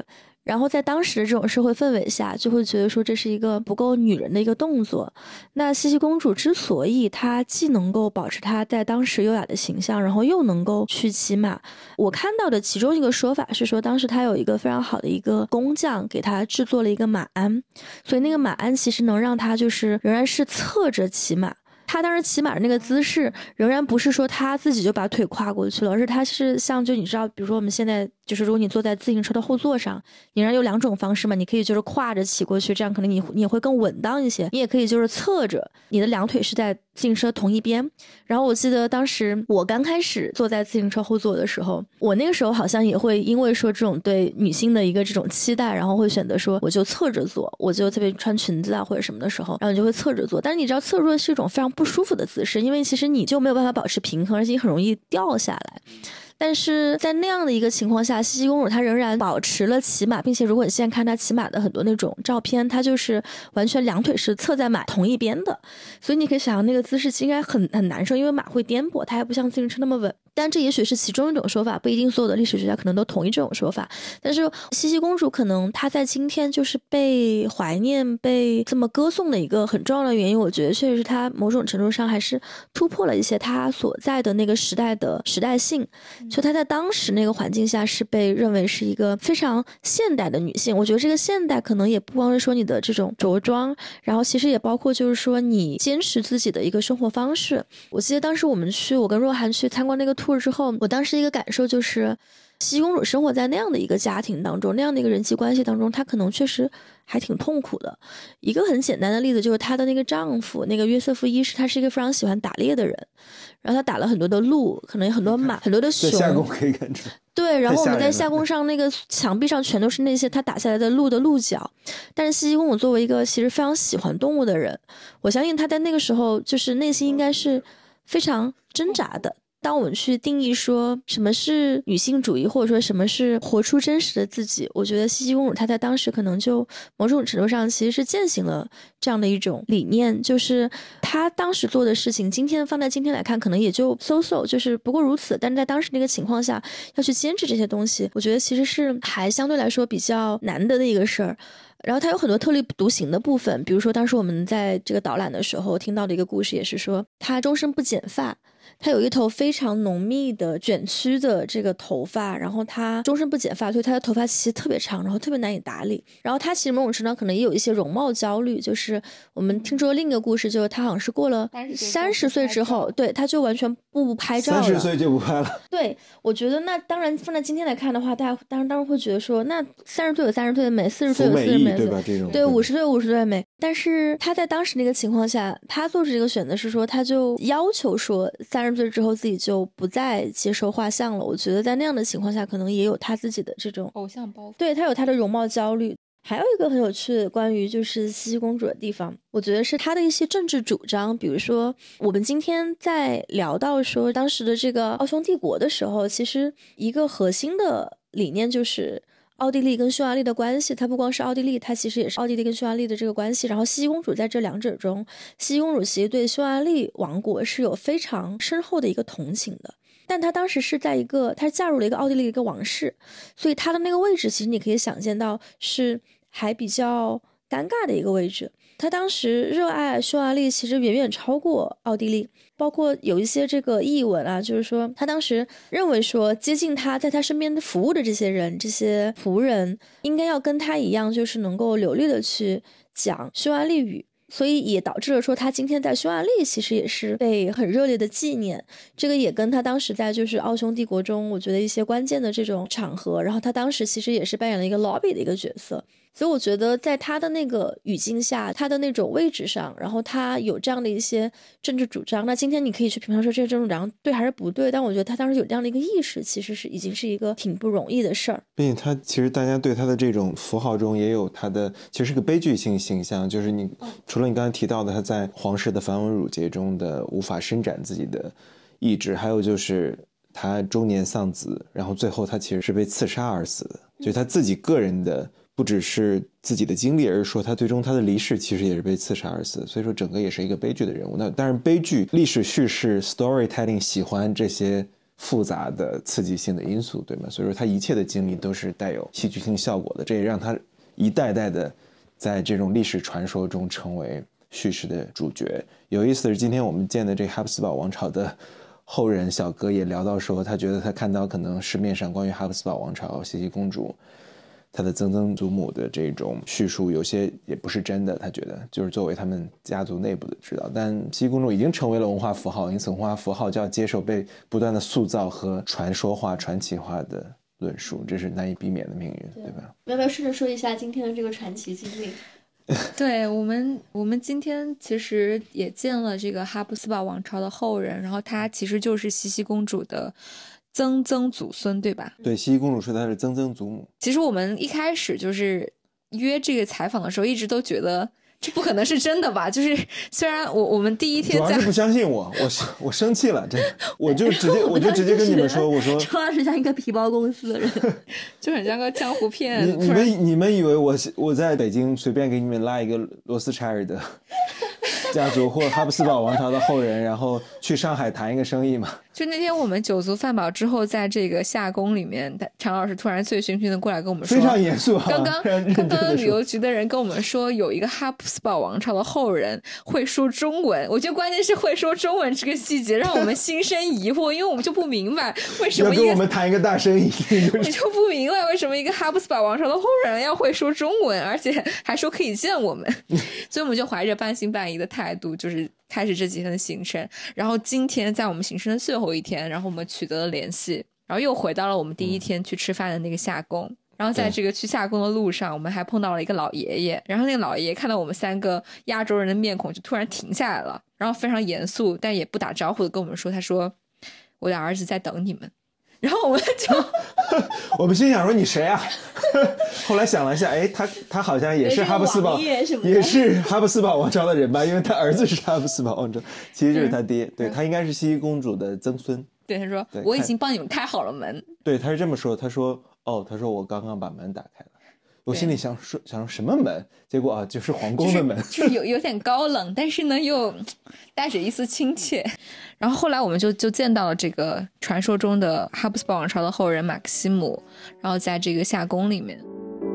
然后在当时的这种社会氛围下，就会觉得说这是一个不够女人的一个动作。那茜茜公主之所以她既能够保持她在当时优雅的形象，然后又能够去骑马，我看到的其中一个说法是说，当时她有一个非常好的一个工匠给她制作了一个马鞍，所以那个马鞍其实能让她就是仍然是侧着骑马。他当时骑马的那个姿势仍然不是说他自己就把腿跨过去了，而是他是像就你知道比如说我们现在就是如果你坐在自行车的后座上，你仍然有2种方式嘛，你可以就是跨着骑过去，这样可能你也会更稳当一些，你也可以就是侧着，你的2腿是在自行车同一边。然后我记得当时我刚开始坐在自行车后座的时候，我那个时候好像也会因为说这种对女性的一个这种期待，然后会选择说我就侧着坐，我就特别穿裙子啊或者什么的时候，然后你就会侧着坐。但是你知道侧着坐是一种非常不舒服的姿势，因为其实你就没有办法保持平衡，而且你很容易掉下来。但是在那样的一个情况下，茜茜公主她仍然保持了骑马，并且如果你现在看她骑马的很多那种照片，她就是完全2腿是侧在马同一边的，所以你可以想象那个姿势应该很难受，因为马会颠簸，它还不像自行车那么稳。但这也许是其中一种说法，不一定所有的历史学家可能都同意这种说法。但是茜茜公主可能她在今天就是被怀念、被这么歌颂的一个很重要的原因，我觉得确实是她某种程度上还是突破了一些她所在的那个时代的时代性。就她在当时那个环境下是被认为是一个非常现代的女性。我觉得这个现代可能也不光是说你的这种着装，然后其实也包括就是说你坚持自己的一个生活方式。我记得当时我跟若涵去参观那个tour之后，我当时一个感受就是茜茜公主生活在那样的一个家庭当中，那样的一个人际关系当中，她可能确实还挺痛苦的。一个很简单的例子就是她的那个丈夫那个约瑟夫一世，他是一个非常喜欢打猎的人，然后他打了很多的鹿，可能有很多马，很多的熊， 在夏宫可以看出来。 对，然后我们在夏宫上那个墙壁上全都是那些他打下来的鹿的鹿角。但是茜茜公主作为一个其实非常喜欢动物的人，我相信她在那个时候就是内心应该是非常挣扎的。当我们去定义说什么是女性主义，或者说什么是活出真实的自己，我觉得茜茜公主她在当时可能就某种程度上其实是践行了这样的一种理念，就是她当时做的事情放在今天来看可能也就就是不过如此，但是在当时那个情况下要去坚持这些东西，我觉得其实是还相对来说比较难得的一个事儿。然后它有很多特立独行的部分，比如说当时我们在这个导览的时候听到的一个故事也是说她终身不剪发，她有一头非常浓密的卷曲的这个头发，然后她终身不剪发，所以她的头发其实特别长，然后特别难以打理。然后她其实某种程度上可能也有一些容貌焦虑，就是我们听说另一个故事，就是她好像是过了30岁之后，对，她就完全不拍照了 ，30岁就不拍了。 对，我觉得那当然放在今天来看的话，大家当然会觉得说，那30岁有30岁的美，40岁有40岁的美， 对吧？这种对，50岁有50岁的美。但是她在当时那个情况下，她做出这个选择是说，她就要求说30岁之后自己就不再接受画像了。我觉得在那样的情况下，可能也有她自己的这种偶像包袱， 对，她有她的容貌焦虑。还有一个很有趣的关于就是茜茜公主的地方，我觉得是她的一些政治主张。比如说我们今天在聊到说当时的这个奥匈帝国的时候，其实一个核心的理念就是奥地利跟匈牙利的关系，它不光是奥地利，它其实也是奥地利跟匈牙利的这个关系。然后茜茜公主在这2者中，茜茜公主其实对匈牙利王国是有非常深厚的一个同情的。但她当时是在她嫁入了一个奥地利的一个王室，所以她的那个位置其实你可以想见到是还比较尴尬的一个位置。她当时热爱匈牙利其实远远超过奥地利，包括有一些这个译文啊，就是说她当时认为说接近她在她身边服务的这些人，这些仆人应该要跟她一样，就是能够流利的去讲匈牙利语。所以也导致了说他今天在匈牙利其实也是被很热烈的纪念，这个也跟他当时在就是奥匈帝国中我觉得一些关键的这种场合，然后他当时其实也是扮演了一个 lobby 的一个角色。所以我觉得在他的那个语境下，他的那种位置上，然后他有这样的一些政治主张，那今天你可以去评判说这些政治主张对还是不对，但我觉得他当时有这样的一个意识，其实是已经是一个挺不容易的事儿。 并且他其实大家对他的这种符号中也有他的其实是个悲剧性形象，就是你除了你刚才提到的他在皇室的繁文缛节中的无法伸展自己的意志，还有就是他中年丧子，然后最后他其实是被刺杀而死的，就是他自己个人的不只是自己的经历，而是说他最终他的离世其实也是被刺杀而死，所以说整个也是一个悲剧的人物。那当然悲剧历史叙事 storytelling 喜欢这些复杂的刺激性的因素，对吗？所以说他一切的经历都是带有戏剧性效果的，这也让他一代代的在这种历史传说中成为叙事的主角。有意思的是，今天我们见的这个哈布斯堡王朝的后人小哥也聊到说，他觉得他看到可能市面上关于哈布斯堡王朝、茜茜公主他的曾曾祖母的这种叙述，有些也不是真的，他觉得就是作为他们家族内部的指导。但茜茜公主已经成为了文化符号，因此文化符号就要接受被不断的塑造和传说化、传奇化的论述，这是难以避免的命运， 对吧？ 要不要顺着说一下今天的这个传奇经历？ 对，我们今天其实也见了这个哈布斯堡王朝的后人，然后他其实就是茜茜公主的曾曾祖孙，对吧？ 对，茜茜公主是她的曾曾祖母。 其实我们一开始就是约这个采访的时候，一直都觉得这不可能是真的吧？就是虽然我们第一天在， 主要是不相信我生气了，真的，我就直接跟你们说，我说周老师像一个皮包公司的人， 就很像个江湖骗。 你们以为我在北京随便给你们拉一个罗斯柴尔德家族或哈布斯堡王朝的后人，然后去上海谈一个生意吗？ 就那天我们酒足饭饱之后，在这个夏宫里面，常老师突然醉醺醺的过来跟我们说， 非常严肃啊。 刚刚旅游局的人跟我们说，有一个哈布斯堡王朝的后人会说中文。我觉得关键是会说中文这个细节让我们心生疑惑，因为我们就不明白为什么要跟我们谈一个大生意， 我就不明白为什么一个哈布斯堡王朝的后人要会说中文，而且还说可以见我们。所以我们就怀着半信半疑的态度，就是开始这几天的行程。然后今天在我们行程的最后一天，然后我们取得了联系，然后又回到了我们第一天去吃饭的那个夏宫。然后在这个去夏宫的路上，我们还碰到了一个老爷爷，然后那个老爷爷看到我们三个亚洲人的面孔，就突然停下来了，然后非常严肃但也不打招呼的跟我们说，他说我的儿子在等你们。然后我们就我们心想说你谁啊？后来想了一下，哎，他好像也是哈布斯堡，也是哈布斯堡王朝的人吧，因为他儿子是哈布斯堡王朝，其实就是他爹，对，他应该是茜茜公主的曾孙。 对，他说我已经帮你们开好了门。 对，他是这么说，他说我刚刚把门打开了。我心里想说什么门，结果就是皇宫的门， 就是有点高冷，但是呢又带着一丝亲切。然后后来我们就见到了这个传说中的哈布斯堡王朝的后人马克西姆，然后在这个夏宫里面。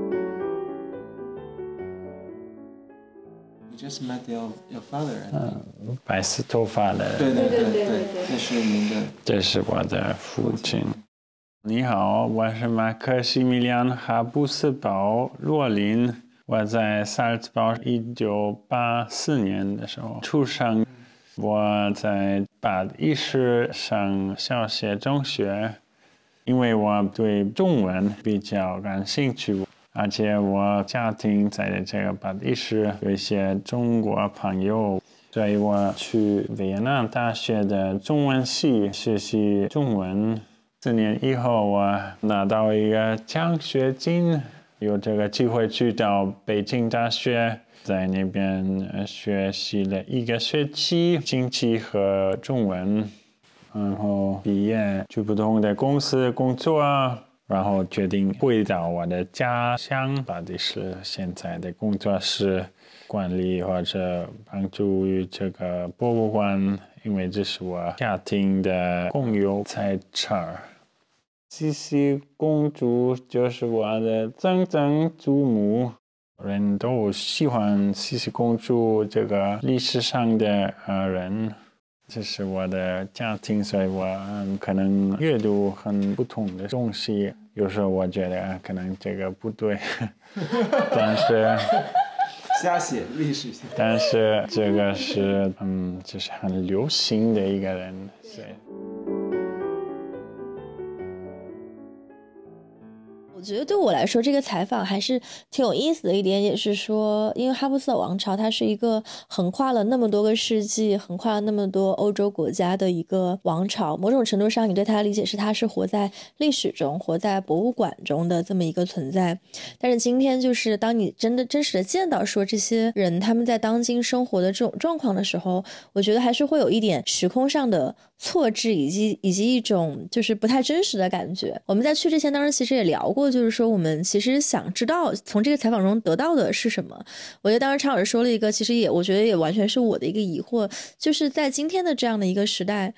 You just met your father, I think. 白丝头发的。 对，这是您的， 这是我的父亲。你好，我是马克西米利安·哈布斯堡洛林。我在萨尔茨堡1984年的时候出生。我在巴黎市上小学、中学，因为我对中文比较感兴趣，而且我家庭在这个巴黎市有一些中国朋友，所以我去维也纳大学的中文系学习中文。4年以后，我拿到一个奖学金，有这个机会去到北京大学，在那边学习了1个学期经济和中文，然后毕业去不同的公司工作，然后决定回到我的家乡巴黎市。现在的工作是管理或者帮助于这个博物馆，因为这是我家庭的公有财产。茜茜公主就是我的曾曾祖母，人都喜欢茜茜公主这个历史上的人。这是我的家庭，所以我可能阅读很不同的东西，有时候我觉得可能这个不对，但是瞎写历史性， 但是这个是就是很流行的一个人，所以。 我觉得对我来说，这个采访还是挺有意思的一点，也是说，因为哈布斯堡王朝它是一个横跨了那么多个世纪，横跨了那么多欧洲国家的一个王朝。某种程度上，你对它的理解是它是活在历史中、活在博物馆中的这么一个存在。但是今天就是当你真实的见到说这些人他们在当今生活的这种状况的时候，我觉得还是会有一点时空上的错置，以及一种就是不太真实的感觉。我们在去之前当时其实也聊过，就是说我们其实想知道从这个采访中得到的是什么。我觉得当时常老师说了一个其实我觉得也完全是我的一个疑惑，就是在今天的这样的一个时代，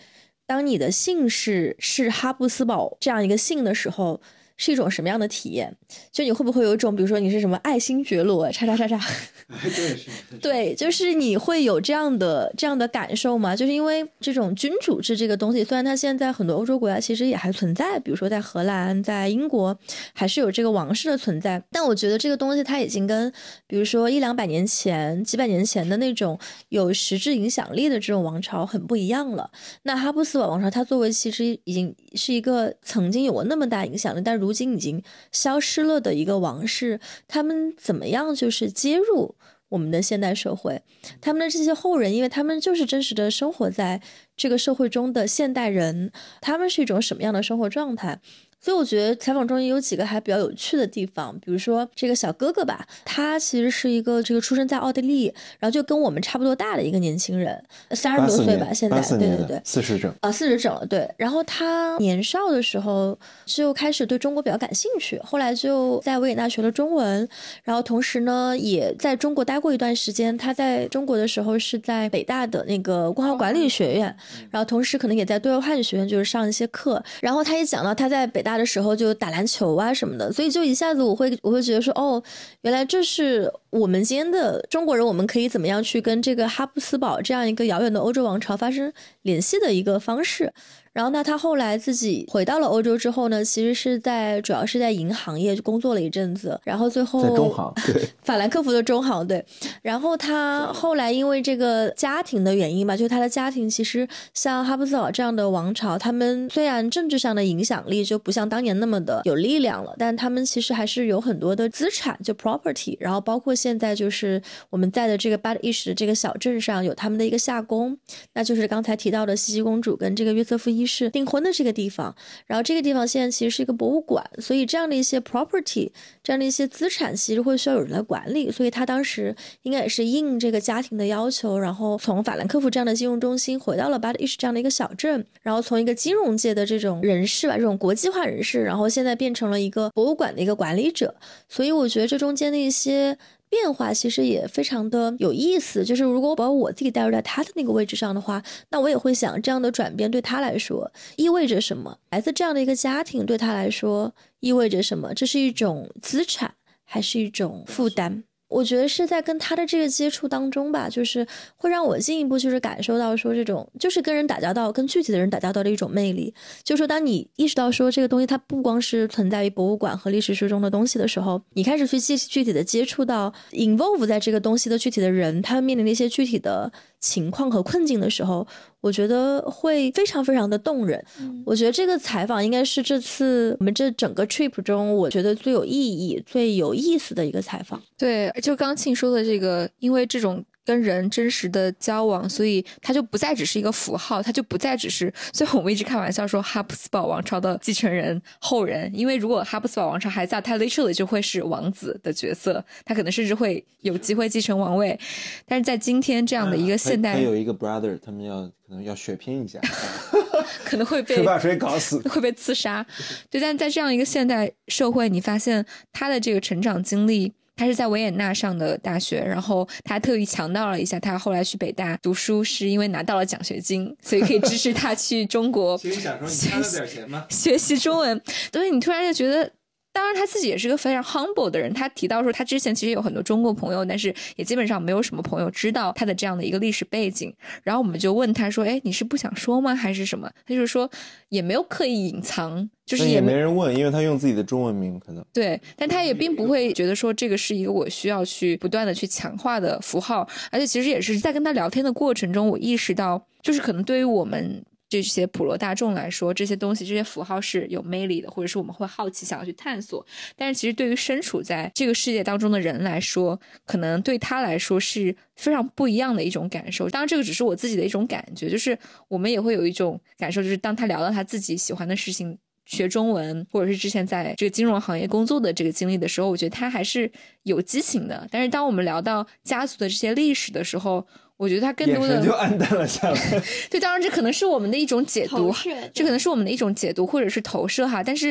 当你的姓氏是哈布斯堡这样一个姓的时候，是一种什么样的体验？就你会不会有一种，比如说你是什么爱新觉罗叉叉叉叉对，是对，就是你会有这样的感受吗？就是因为这种君主制这个东西，虽然它现在很多欧洲国家其实也还存在，比如说在荷兰、在英国还是有这个王室的存在，但我觉得这个东西它已经跟比如说100-200年前、几百年前的那种有实质影响力的这种王朝很不一样了。那哈布斯堡王朝它作为其实已经是一个曾经有过那么大影响力，但如今已经消失了的一个王室，他们怎么样就是接入我们的现代社会，他们的这些后人，因为他们就是真实的生活在这个社会中的现代人，他们是一种什么样的生活状态？所以我觉得采访中也有几个还比较有趣的地方，比如说这个小哥哥吧，他其实是一个这个出生在奥地利，然后就跟我们差不多大的一个年轻人，30多岁吧，现在对对对 ，40整啊，40整了，对。然后他年少的时候就开始对中国比较感兴趣，后来就在维也纳学了中文，然后同时呢也在中国待过一段时间。他在中国的时候是在北大的那个光华管理学院，然后同时可能也在对外汉语学院就是上一些课。然后他也讲到他在北大的时候就打篮球啊什么的，所以就一下子我会觉得说，哦，原来这是我们今天的中国人，我们可以怎么样去跟这个哈布斯堡这样一个遥远的欧洲王朝发生联系的一个方式。然后那他后来自己回到了欧洲之后呢，其实是主要是在银行业工作了一阵子，然后最后在中行，对， 法兰克福的中行，对。然后他后来因为这个家庭的原因吧，就他的家庭其实像哈布斯堡这样的王朝，他们虽然政治上的影响力就不像当年那么的有力量了，但他们其实还是有很多的资产，就 property， 然后包括现在就是我们在的这个Bad Isch的这个小镇上有他们的一个夏宫，那就是刚才提到的茜茜公主跟这个约瑟夫一世订婚的这个地方，然后这个地方现在其实是一个博物馆，所以这样的一些 property， 这样的一些资产其实会需要有人来管理，所以他当时应该也是应这个家庭的要求，然后从法兰克福这样的金融中心回到了Bad Isch这样的一个小镇，然后从一个金融界的这种人士吧，这种国际化人士，然后现在变成了一个博物馆的一个管理者，所以我觉得这中间的一些变化其实也非常的有意思，就是如果把我自己带入在他的那个位置上的话，那我也会想这样的转变对他来说意味着什么，来自这样的一个家庭对他来说意味着什么，这是一种资产还是一种负担。我觉得是在跟他的这个接触当中吧，就是会让我进一步就是感受到说这种就是跟人打交道，跟具体的人打交道的一种魅力。就是说当你意识到说这个东西它不光是存在于博物馆和历史书中的东西的时候，你开始去具体的接触到 involve 在这个东西的具体的人，他们面临的一些具体的情况和困境的时候，我觉得会非常非常的动人。我觉得这个采访应该是这次我们这整个 trip 中我觉得最有意义最有意思的一个采访。 对，就刚庆说的这个，因为这种跟人真实的交往，所以它就不再只是一个符号，它就不再只是，所以我们一直开玩笑说哈布斯堡王朝的继承人后人，因为如果哈布斯堡王朝还在，他 literally 就会是王子的角色，他可能甚至会有机会继承王位。但是在今天这样的一个现代， 他有一个 brother， 他们可能要血拼一下， 可能会被谁把谁搞死， 会被刺杀。对，但在这样一个现代社会，你发现他的这个成长经历。他是在维也纳上的大学，然后他特意强调了一下，他后来去北大读书是因为拿到了奖学金，所以可以支持他去中国其实想说你花了点钱吗？ 学习中文。所以你突然就觉得，当然他自己也是个非常 humble 的人，他提到说他之前其实有很多中国朋友，但是也基本上没有什么朋友知道他的这样的一个历史背景。然后我们就问他说，哎，你是不想说吗还是什么？他就说也没有刻意隐藏，就是也没人问，因为他用自己的中文名可能。 对，但他也并不会觉得说这个是一个我需要去不断的去强化的符号，而且其实也是在跟他聊天的过程中，我意识到就是可能对于我们这些普罗大众来说，这些东西这些符号是有魅力的，或者是我们会好奇想要去探索，但是其实对于身处在这个世界当中的人来说，可能对他来说是非常不一样的一种感受。当然这个只是我自己的一种感觉，就是我们也会有一种感受，就是当他聊到他自己喜欢的事情，学中文或者是之前在这个金融行业工作的这个经历的时候，我觉得他还是有激情的。但是当我们聊到家族的这些历史的时候，我觉得他更多的眼神就暗淡了下来。 对，当然这可能是我们的一种解读，这可能是我们的一种解读或者是投射哈。但是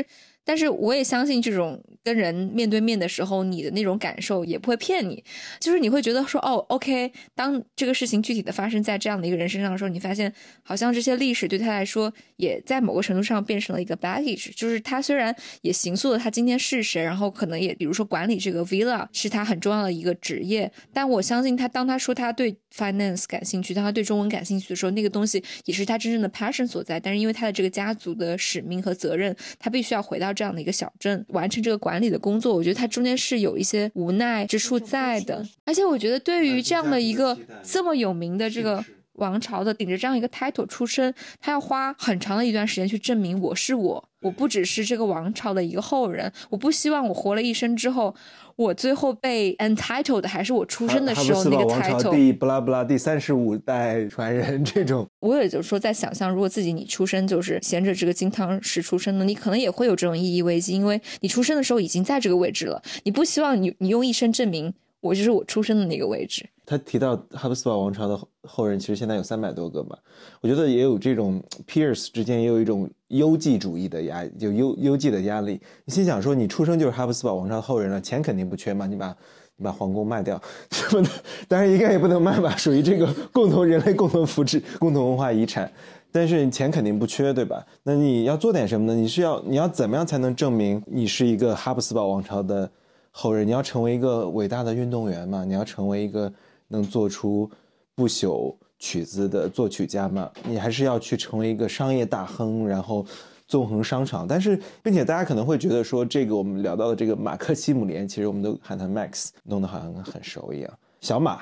但是我也相信这种跟人面对面的时候，你的那种感受也不会骗你，就是你会觉得说哦 OK， 当这个事情具体的发生在这样的一个人身上的时候，你发现好像这些历史对他来说也在某个程度上变成了一个 baggage， 就是他虽然也形塑了他今天是谁，然后可能也比如说管理这个 villa 是他很重要的一个职业，但我相信当他说他对 finance 感兴趣，当他对中文感兴趣的时候，那个东西也是他真正的 passion 所在，但是因为他的这个家族的使命和责任，他必须要回到这样的一个小镇完成这个管理的工作，我觉得他中间是有一些无奈之处在的。而且我觉得对于这样的一个这么有名的这个王朝的顶着这样一个 title 出身，他要花很长的一段时间去证明我是我不只是这个王朝的一个后人，我不希望我活了一生之后，我最后被 entitled 的还是我出生的时候那个 title， 王朝第不拉不拉第35代传人这种。 我也就是说在想象，如果自己你出生就是衔着这个金汤匙出生的，你可能也会有这种意义危机，因为你出生的时候已经在这个位置了，你不希望你用一生证明我就是我出生的那个位置。 他提到哈布斯堡王朝的后人其实现在有300多个吧，我觉得也有这种 peers 之间也有一种优绩主义的压力，就优绩的压力。你心想说你出生就是哈布斯堡王朝的后人了，钱肯定不缺嘛，你把皇宫卖掉什么的，当然应该也不能卖吧，属于这个人类共同福祉共同文化遗产，但是钱肯定不缺，对吧？那你要做点什么呢？你要怎么样才能证明你是一个哈布斯堡王朝的后人？你要成为一个伟大的运动员嘛，你要成为一个能做出不朽曲子的作曲家嘛，你还是要去成为一个商业大亨，然后纵横商场。但是并且大家可能会觉得说，这个我们聊到的这个马克西姆连，其实我们都喊他 Max， 弄得好像很熟一样，小马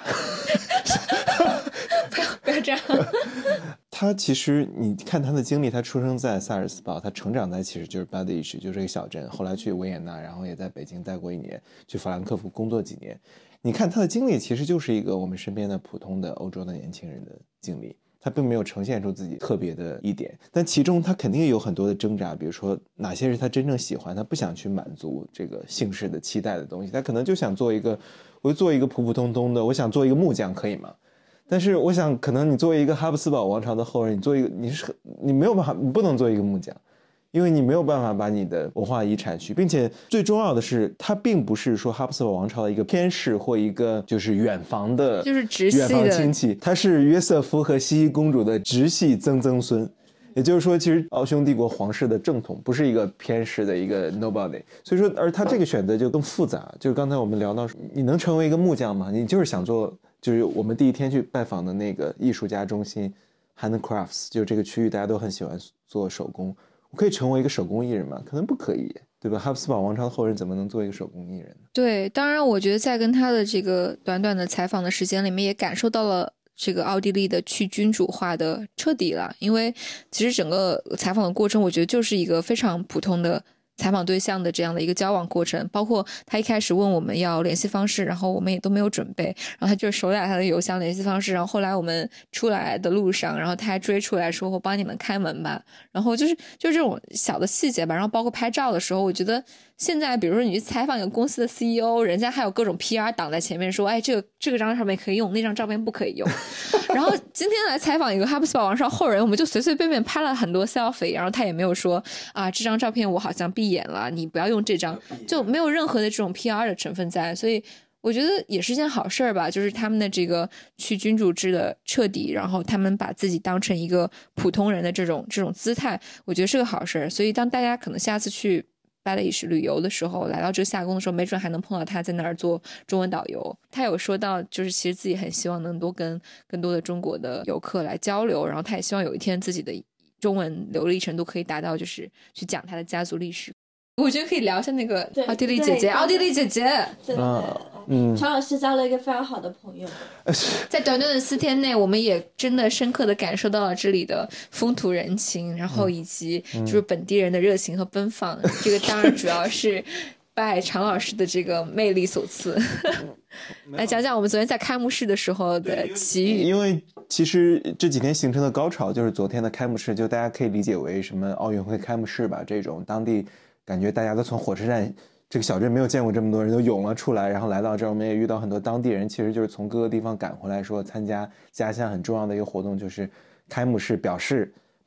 不要这样他其实你看他的经历，他出生在萨尔斯堡，他成长在其实就是 Badish， 就是这个小镇，后来去维也纳，然后也在北京待过1年，去法兰克福工作几年。你看他的经历其实就是一个我们身边的普通的欧洲的年轻人的经历，他并没有呈现出自己特别的一点，但其中他肯定有很多的挣扎，比如说哪些是他真正喜欢，他不想去满足这个姓氏的期待的东西，他可能就想做一个普普通通的，我想做一个木匠可以吗？但是我想可能你作为一个哈布斯堡王朝的后人，你没有办法，你不能做一个木匠，因为你没有办法把你的文化遗产去，并且最重要的是，它并不是说哈布斯堡王朝的一个偏氏或一个就是远房的， 就是直系的远房亲戚，它是约瑟夫和西西公主的直系曾孙。也就是说，其实奥匈帝国皇室的正统不是一个偏氏的一个 nobody， 所以说，而他这个选择就更复杂。就是刚才我们聊到，你能成为一个木匠吗？你就是想做，就是我们第一天去拜访的那个艺术家中心 Handcrafts， 就是这个区域大家都很喜欢做手工。我可以成为一个手工艺人吗？可能不可以，对吧？哈布斯堡王朝的后人怎么能做一个手工艺人呢？ 对，当然我觉得在跟他的这个短短的采访的时间里面，也感受到了这个奥地利的去君主化的彻底了。因为其实整个采访的过程，我觉得就是一个非常普通的采访对象的这样的一个交往过程，包括他一开始问我们要联系方式，然后我们也都没有准备，然后他就手打他的邮箱联系方式，然后后来我们出来的路上，然后他还追出来说我帮你们开门吧，然后就是这种小的细节吧，然后包括拍照的时候，我觉得现在比如说你去采访一个公司的 CEO， 人家还有各种 PR 挡在前面说，哎，这个张照片可以用，那张照片不可以用然后今天来采访一个哈布斯堡王朝后人，我们就随随便便拍了很多 selfie， 然后他也没有说啊，这张照片我好像闭眼了，你不要用这张，就没有任何的这种 PR 的成分在，所以我觉得也是件好事儿吧，就是他们的这个去君主制的彻底，然后他们把自己当成一个普通人的这种姿态，我觉得是个好事儿。所以当大家可能下次去巴黎旅游的时候，来到这个夏宫的时候，没准还能碰到他在那儿做中文导游。他有说到，就是其实自己很希望能多跟更多的中国的游客来交流，然后他也希望有一天自己的中文流利程度可以达到，就是去讲他的家族历史。我觉得可以聊一下那个奥地利姐姐，奥地利姐姐， 对，常老师交了一个非常好的朋友。 在短短的4天内，我们也真的深刻的感受到了这里的风土人情，然后以及就是本地人的热情和奔放。这个当然主要是拜常老师的这个魅力所赐。来讲讲我们昨天在开幕式的时候的奇遇。 因为其实这几天行程的高潮就是昨天的开幕式，就大家可以理解为什么奥运会开幕式吧，这种当地感觉大家都从火车站这个小镇没有见过这么多人，都涌了出来，然后来到这儿，我们也遇到很多当地人，其实就是从各个地方赶回来，说参加家乡很重要的一个活动，就是开幕式，表示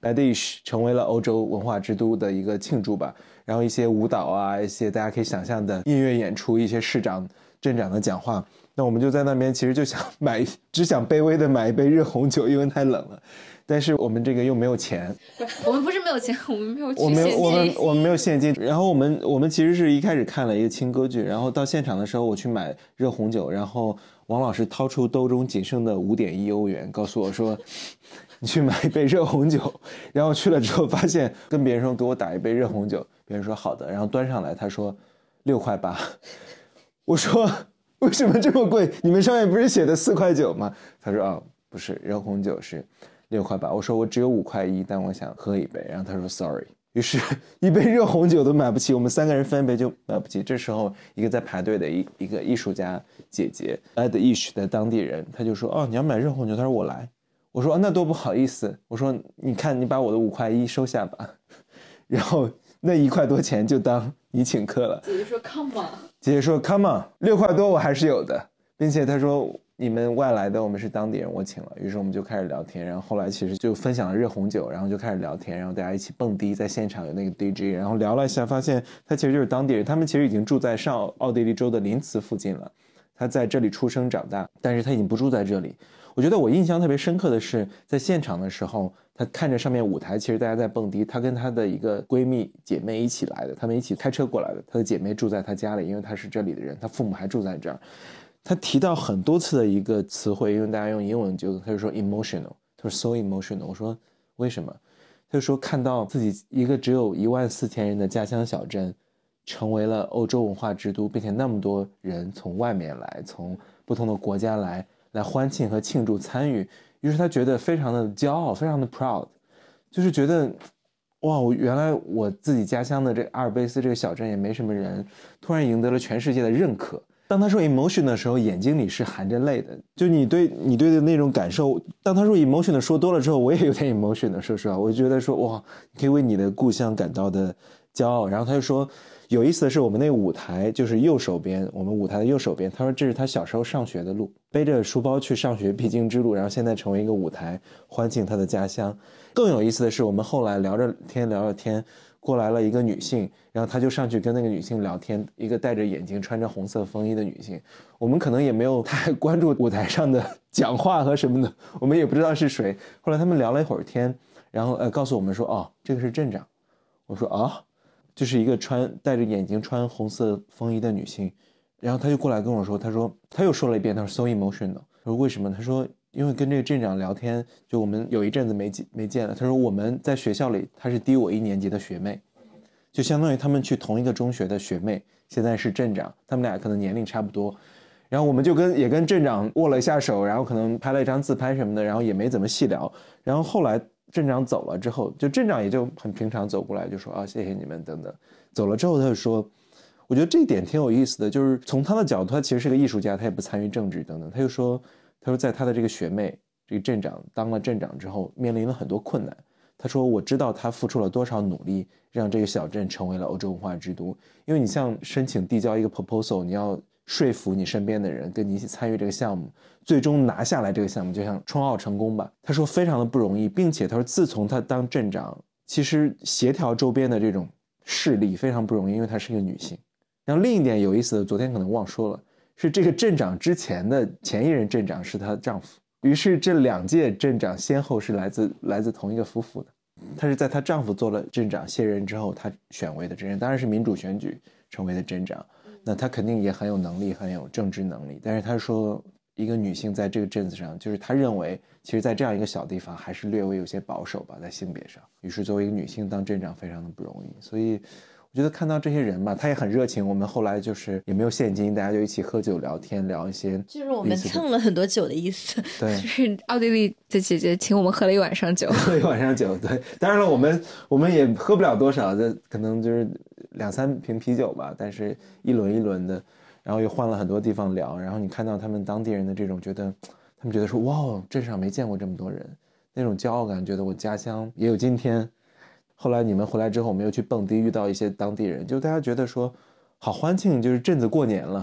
Ladish 成为了欧洲文化之都的一个庆祝吧。然后一些舞蹈啊，一些大家可以想象的音乐演出，一些市长镇长的讲话，那我们就在那边其实就想只想卑微的买一杯热红酒，因为太冷了，但是我们这个又没有钱。 我们不是没有钱，我们没有我们没有现金。然后我们其实是一开始看了一个轻歌剧，然后到现场的时候我去买热红酒，然后王老师掏出兜中仅剩的5.1欧元，告诉我说你去买一杯热红酒。然后去了之后发现跟别人说给我打一杯热红酒，别人说好的，然后端上来他说6.8块。我说为什么这么贵？你们上面不是写的4.9块吗？他说啊，不是，热红酒是6.8块。我说我只有5.1块，但我想喝一杯。然后他说 sorry。于是一杯热红酒都买不起，我们3个人分一杯就买不起。这时候一个在排队的一个艺术家姐姐，Ladish的当地人，他就说哦你要买热红酒，他说我来。我说那多不好意思，我说你看你把我的5.1块收下吧。然后那1块多钱就当你请客了。 姐姐说 come on， 姐姐说 come on，6块多我还是有的，并且她说你们外来的，我们是当地人，我请了。于是我们就开始聊天，然后后来其实就分享了热红酒，然后就开始聊天，然后大家一起蹦迪，在现场有那个 DJ， 然后聊了一下，发现他其实就是当地人，他们其实已经住在上奥地利州的林茨附近了，他在这里出生长大，但是他已经不住在这里。我觉得我印象特别深刻的是在现场的时候，他看着上面舞台，其实大家在蹦迪，他跟他的一个闺蜜姐妹一起来的，他们一起开车过来的，他的姐妹住在他家里，因为他是这里的人，他父母还住在这儿。他提到很多次的一个词汇，因为大家用英文就他就说 emotional， 他说 so emotional。 我说为什么？他就说看到自己一个只有14000人的家乡小镇成为了欧洲文化之都，并且那么多人从外面来，从不同的国家来欢庆和庆祝参与，于是他觉得非常的骄傲，非常的 proud， 就是觉得哇，原来我自己家乡的这阿尔卑斯这个小镇也没什么人，突然赢得了全世界的认可。当他说 emotion 的时候，眼睛里是含着泪的，就你对的那种感受。当他说 emotion 的说多了之后，我也有点 emotion 的，说实话，我就觉得说哇，你可以为你的故乡感到的骄傲。然后他就说，有意思的是我们那个舞台就是右手边，我们舞台的右手边，他说这是他小时候上学的路，背着书包去上学必经之路，然后现在成为一个舞台，欢庆他的家乡。更有意思的是，我们后来聊着天过来了一个女性，然后他就上去跟那个女性聊天，一个戴着眼镜穿着红色风衣的女性，我们可能也没有太关注舞台上的讲话和什么的，我们也不知道是谁。后来他们聊了一会儿天，然后告诉我们说哦这个是镇长。我说啊，就是一个戴着眼镜穿红色风衣的女性。然后他就过来跟我说，他又说了一遍，他说 so emotional。 我说为什么？他说因为跟这个镇长聊天，就我们有一阵子没见了。他说我们在学校里，他是低我1年级的学妹，就相当于他们去同一个中学的学妹，现在是镇长，他们俩可能年龄差不多。然后我们就也跟镇长握了一下手，然后可能拍了一张自拍什么的，然后也没怎么细聊。然后后来镇长走了之后，就镇长也就很平常走过来就说啊谢谢你们等等。走了之后他就说，我觉得这一点挺有意思的，就是从他的角度，他其实是个艺术家，他也不参与政治等等。他说在他的这个学妹这个镇长当了镇长之后面临了很多困难。他说我知道他付出了多少努力让这个小镇成为了欧洲文化之都。因为你像申请递交一个 proposal， 你要说服你身边的人跟你一起参与这个项目，最终拿下来这个项目，就像冲奥成功吧。他说非常的不容易，并且他说自从他当镇长，其实协调周边的这种势力非常不容易，因为她是一个女性。然后另一点有意思的，昨天可能忘说了，是这个镇长之前的前一任镇长是她的丈夫。于是这2届镇长先后是来自同一个夫妇的。她是在她丈夫做了镇长卸任之后，她选为的镇长，当然是民主选举成为的镇长。那她肯定也很有能力，很有政治能力。但是她说，一个女性在这个镇子上，就是她认为，其实在这样一个小地方，还是略微有些保守吧，在性别上。于是作为一个女性当镇长非常的不容易。所以我觉得看到这些人吧，他也很热情。我们后来就是也没有现金，大家就一起喝酒聊天，聊一些， 就是我们蹭了很多酒的意思。 对， 就是奥地利的姐姐请我们喝了一晚上酒， 喝了一晚上酒。对，当然了，我们也喝不了多少，这可能就是2-3瓶啤酒吧，但是一轮一轮的，然后又换了很多地方聊。然后你看到他们当地人的这种他们觉得说哇，镇上没见过这么多人，那种骄傲感，觉得我家乡也有今天。后来你们回来之后，我们又去蹦迪，遇到一些当地人，就大家觉得说好欢庆，就是镇子过年了。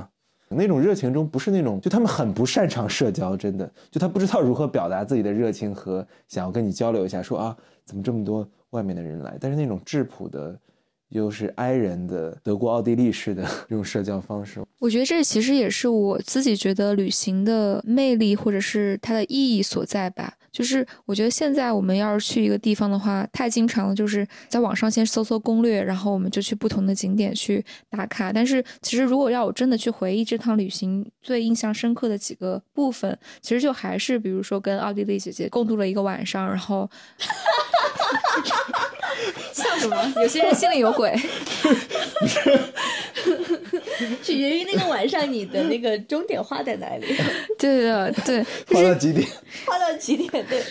那种热情中不是那种就他们很不擅长社交，真的就他不知道如何表达自己的热情和想要跟你交流一下说啊怎么这么多外面的人来，但是那种质朴的又是 I 人的德国奥地利式的这种社交方式， 我觉得这其实也是我自己觉得旅行的魅力或者是它的意义所在吧。就是我觉得现在我们要是去一个地方的话，太经常了，就是在网上先搜攻略，然后我们就去不同的景点去打卡。但是其实如果要我真的去回忆这趟旅行最印象深刻的几个部分，其实就还是比如说跟奥地利姐姐共度了一个晚上，然后笑什么？有些人心里有鬼。 取决于那个晚上你的那个终点画在哪里。 对的，对， 画到几点？ 画到几点？对。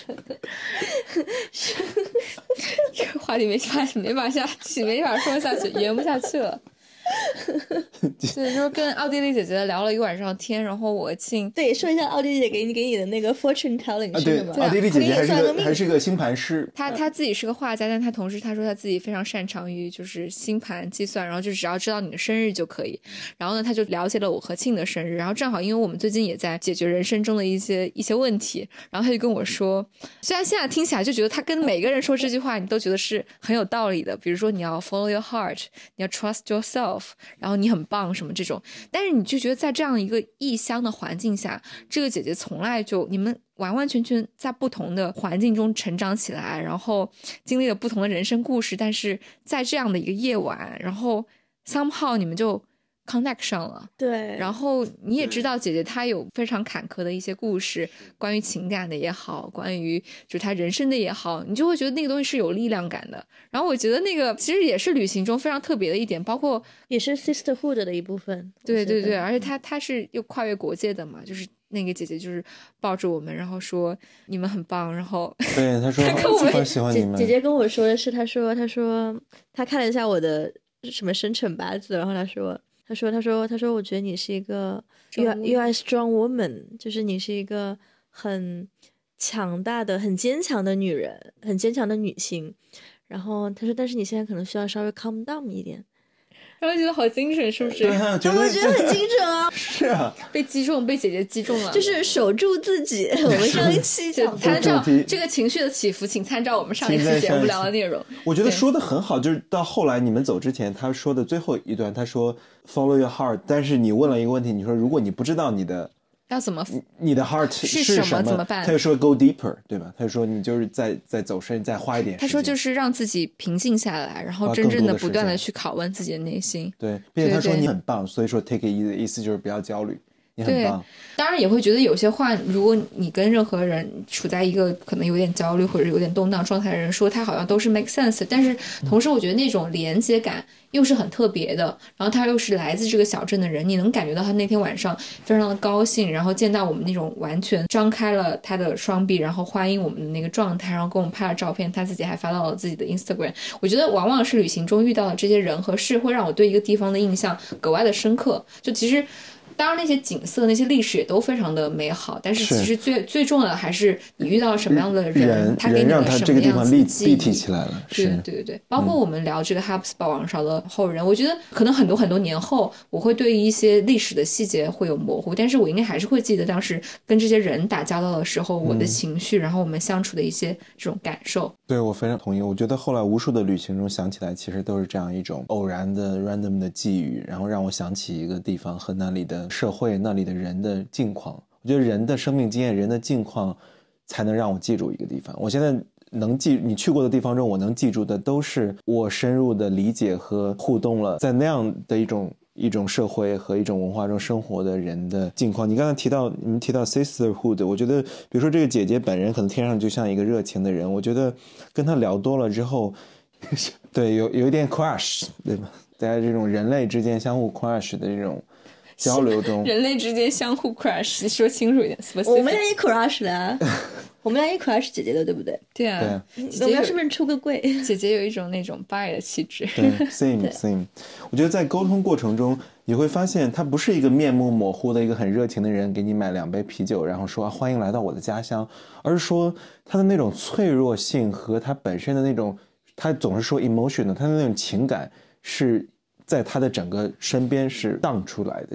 这个话题没法说下去，圆不下去了。对，就是跟奥地利姐姐聊了一个晚上天，然后我庆对说一下奥地利姐给你的那个 fortune telling 是什么？ 对，奥地利姐姐还是个星盘师， 她自己是个画家，但她同时她说她自己非常擅长于就是星盘计算，然后就只要知道你的生日就可以。然后呢，她就了解了我和庆的生日，然后正好因为我们最近也在解决人生中的一些问题，然后她就跟我说，虽然现在听起来就觉得她跟每个人说这句话你都觉得是很有道理的，比如说你要 follow your heart， 你要 trust yourself， 然后你很棒什么这种，但是你就觉得在这样一个异乡的环境下，这个姐姐从来就你们完完全全在不同的环境中成长起来，然后经历了不同的人生故事，但是在这样的一个夜晚，然后 somehow 你们就 connect 上了。 对， 然后你也知道姐姐她有非常坎坷的一些故事，关于情感的也好，关于就是她人生的也好，你就会觉得那个东西是有力量感的。然后我觉得那个其实也是旅行中非常特别的一点，包括也是 sisterhood 的一部分。 对对对，而且她是又跨越国界的嘛，就是那个姐姐就是抱着我们，然后说你们很棒，然后对她说我喜欢你们。 姐姐跟我说的是，她说她看了一下我的什么生辰八字，然后她说我觉得你是一个 you are a strong woman， 就是你是一个很强大的很坚强的女人，很坚强的女性。然后她说但是你现在可能需要稍微 calm down 一点。 然后觉得好精神，是不是？ 对啊， 我觉得很精神啊。 是啊， 被姐姐击中了， 就是守住自己。我们上一期讲参照这个情绪的起伏，请参照我们上一期节目聊的内容。 我觉得说的很好，就是到后来你们走之前，他说的最后一段，他说 follow your heart， 但是你问了一个问题，你说如果你不知道你的要怎么， 你的 heart 是什么怎么办？ 他就说 go deeper， 对吧？他就说你就是再走深，再花一点时间。 他说就是让自己平静下来，然后真正的不断的去拷问自己的内心。 对，并且他说你很棒，所以说 take it easy 的意思就是不要焦虑。你很棒。 当然也会觉得有些话，如果你跟任何人处在一个可能有点焦虑或者有点动荡状态的人说，他好像都是 make sense， 但是同时我觉得那种连接感又是很特别的，然后他又是来自这个小镇的人，你能感觉到他那天晚上非常的高兴，然后见到我们那种完全张开了他的双臂，然后欢迎我们的那个状态，然后给我们拍了照片，他自己还发到了自己的 Instagram。 我觉得往往是旅行中遇到的这些人和事会让我对一个地方的印象格外的深刻。就其实当然那些景色那些历史也都非常的美好，但是其实最重要的还是你遇到了什么样的人，他给你了什么样子的记忆， 立体起来了。 对，包括我们聊这个哈布斯堡王朝的后人，我觉得可能很多年后我会对一些历史的细节会有模糊，但是我应该还是会记得当时跟这些人打交道的时候我的情绪，然后我们相处的一些这种感受。 对，我非常同意。我觉得后来无数的旅行中想起来其实都是这样一种偶然的 random 的际遇，然后让我想起一个地方和那里的社会，那里的人的境况。我觉得人的生命经验，人的境况才能让我记住一个地方。我现在能你去过的地方中，我能记住的都是我深入的理解和互动了在那样的一种社会和一种文化中生活的人的境况。你刚才你们提到 sisterhood， 我觉得比如说这个姐姐本人可能天上就像一个热情的人，我觉得跟她聊多了之后对，有一点 crush， 对吧？在这种人类之间相互 crush 的这种交流中， 人类之间相互 crush， 说清楚一点。 我们也 crush 了，我们俩也 crush 姐姐的，对不对？ 对啊， 我们俩是不是出个柜？ 姐姐有一种那种 bi 的气质。 对，same。我觉得在沟通过程中，你会发现他不是一个面目模糊的一个很热情的人，给你买2杯啤酒，然后说欢迎来到我的家乡，而是说他的那种脆弱性和他本身的那种，他总是说 emotion 的，他的那种情感是在他的整个身边是荡出来的。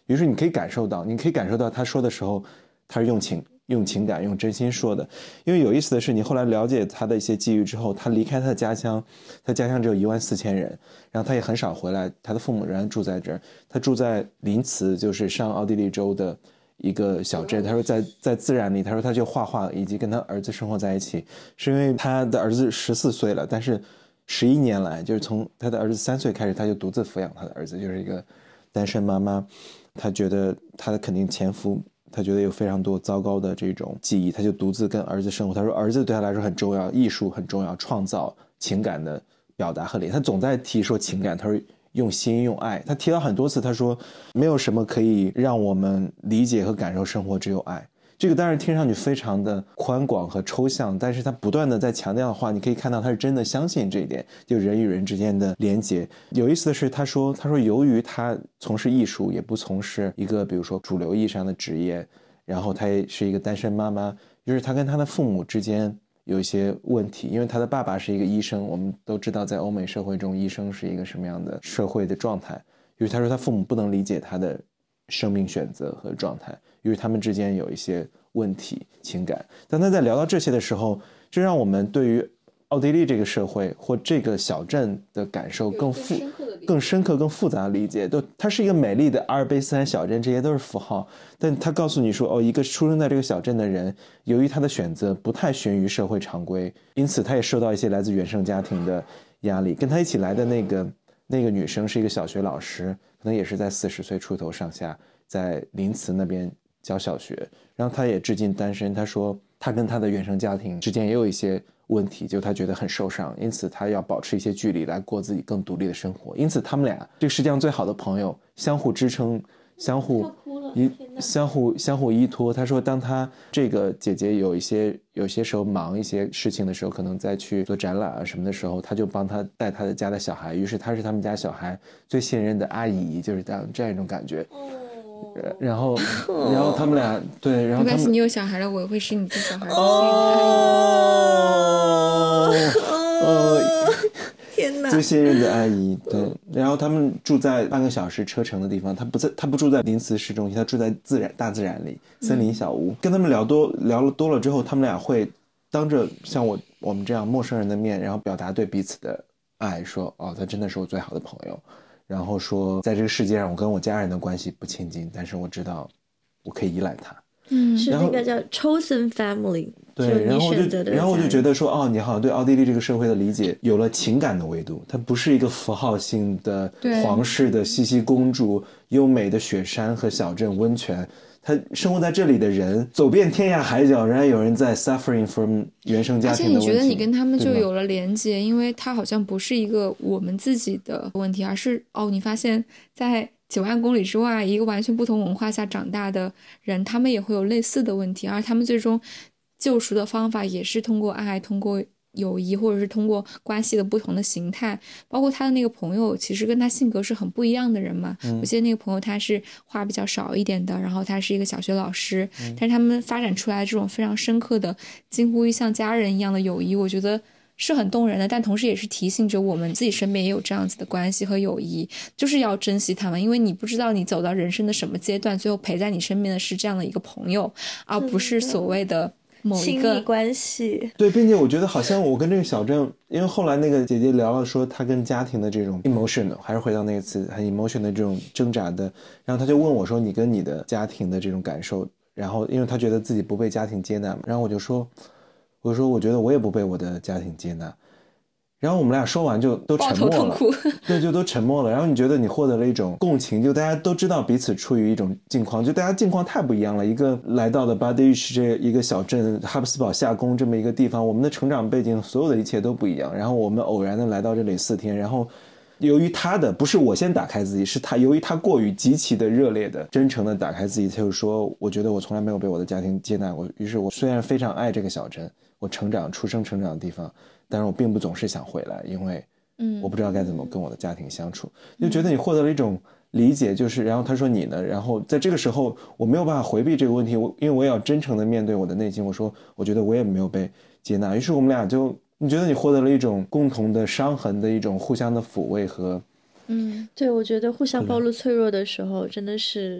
比如说你可以感受到他说的时候他是用情感用真心说的。因为有意思的是，你后来了解他的一些际遇之后，他离开他的家乡，他家乡只有14000人，然后他也很少回来，他的父母仍然住在这儿，他住在林茨，就是上奥地利州的一个小镇。他说在自然里，他说他就画画以及跟他儿子生活在一起，是因为他的儿子14岁了，但是11年来，就是从他的儿子3岁开始，他就独自抚养他的儿子，就是一个单身妈妈。他觉得他肯定前夫，他觉得有非常多糟糕的这种记忆，他就独自跟儿子生活。他说儿子对他来说很重要，艺术很重要，创造情感的表达和理解。他总在提说情感，他说用心用爱，他提到很多次，他说没有什么可以让我们理解和感受生活，只有爱。这个当然听上去非常的宽广和抽象，但是他不断的在强调的话，你可以看到他是真的相信这一点，就人与人之间的连结。有意思的是，他说由于他从事艺术，也不从事一个比如说主流意义上的职业，然后他也是一个单身妈妈，就是他跟他的父母之间有一些问题。因为他的爸爸是一个医生，我们都知道在欧美社会中医生是一个什么样的社会的状态，就是他说他父母不能理解他的生命选择和状态，因为他们之间有一些问题情感。当他在聊到这些的时候，就让我们对于奥地利这个社会或这个小镇的感受更深刻更复杂的理解。它是一个美丽的阿尔卑斯山小镇，这些都是符号，但他告诉你说一个出生在这个小镇的人，由于他的选择不太循于社会常规，因此他也受到一些来自原生家庭的压力。跟他一起来的那个女生是一个小学老师，可能也是在40岁出头上下，在林茨那边教小学，然后他也至今单身。他说他跟他的原生家庭之间也有一些问题，就他觉得很受伤，因此他要保持一些距离来过自己更独立的生活。因此他们俩这个世界上最好的朋友，相互支撑，相互依托。他说当他这个姐姐有些时候忙一些事情的时候，可能在去做展览啊什么的时候，他就帮他带他的家的小孩，于是他是他们家小孩最信任的阿姨，就是这样一种感觉。然后他们俩对，然后没关系，你有小孩了，我会是你的小孩的天哪！ 最信任的阿姨，对。然后他们住在半个小时车程的地方，他不住在林茨市中心，他住在大自然里森林小屋。跟他们聊了多了之后，他们俩会当着像我们这样陌生人的面，然后表达对彼此的爱，说他真的是我最好的朋友。然后说在这个世界上我跟我家人的关系不亲近，但是我知道我可以依赖他。 是那个叫 chosen family。 对，然后我就觉得说你好像对奥地利这个社会的理解有了情感的维度，它不是一个符号性的皇室的茜茜公主优美的雪山和小镇温泉，他生活在这里的人走遍天涯海角，仍然有人在 suffering from 原生家庭的问题。 而且你觉得你跟他们就有了连接，因为他好像不是一个我们自己的问题，而是你发现在9万公里之外一个完全不同文化下长大的人，他们也会有类似的问题，而他们最终救赎的方法也是通过爱，通过友谊，或者是通过关系的不同的形态。包括他的那个朋友其实跟他性格是很不一样的人嘛。我记得那个朋友他是话比较少一点的，然后他是一个小学老师，但是他们发展出来这种非常深刻的近乎于像家人一样的友谊，我觉得是很动人的。但同时也是提醒着我们自己身边也有这样子的关系和友谊，就是要珍惜他们，因为你不知道你走到人生的什么阶段，最后陪在你身边的是这样的一个朋友，而不是所谓的某一个亲密关系。 对，并且我觉得好像我跟这个小镇，因为后来那个姐姐聊了说她跟家庭的这种 emotional， 还是回到那个词很 emotional 的这种挣扎的，然后她就问我说你跟你的家庭的这种感受，然后因为她觉得自己不被家庭接纳嘛，然后我说我觉得我也不被我的家庭接纳。然后我们俩说完就都沉默了， 抱头痛哭。 对，就都沉默了。然后你觉得你获得了一种共情，就大家都知道彼此处于一种境况，就大家境况太不一样了。一个来到了巴德什这一个小镇，哈布斯堡夏宫这么一个地方，我们的成长背景所有的一切都不一样。然后我们偶然的来到这里4天，然后由于他的不是我先打开自己，是他由于他过于极其的热烈的真诚的打开自己，他就说我觉得我从来没有被我的家庭接纳过，于是我虽然非常爱这个小镇，我出生成长的地方，但是我并不总是想回来，因为我不知道该怎么跟我的家庭相处。就觉得你获得了一种理解，就是然后他说你呢，然后在这个时候我没有办法回避这个问题，因为我也要真诚的面对我的内心，我说我觉得我也没有被接纳。于是我们俩就你觉得你获得了一种共同的伤痕的一种互相的抚慰和对，我觉得互相暴露脆弱的时候真的是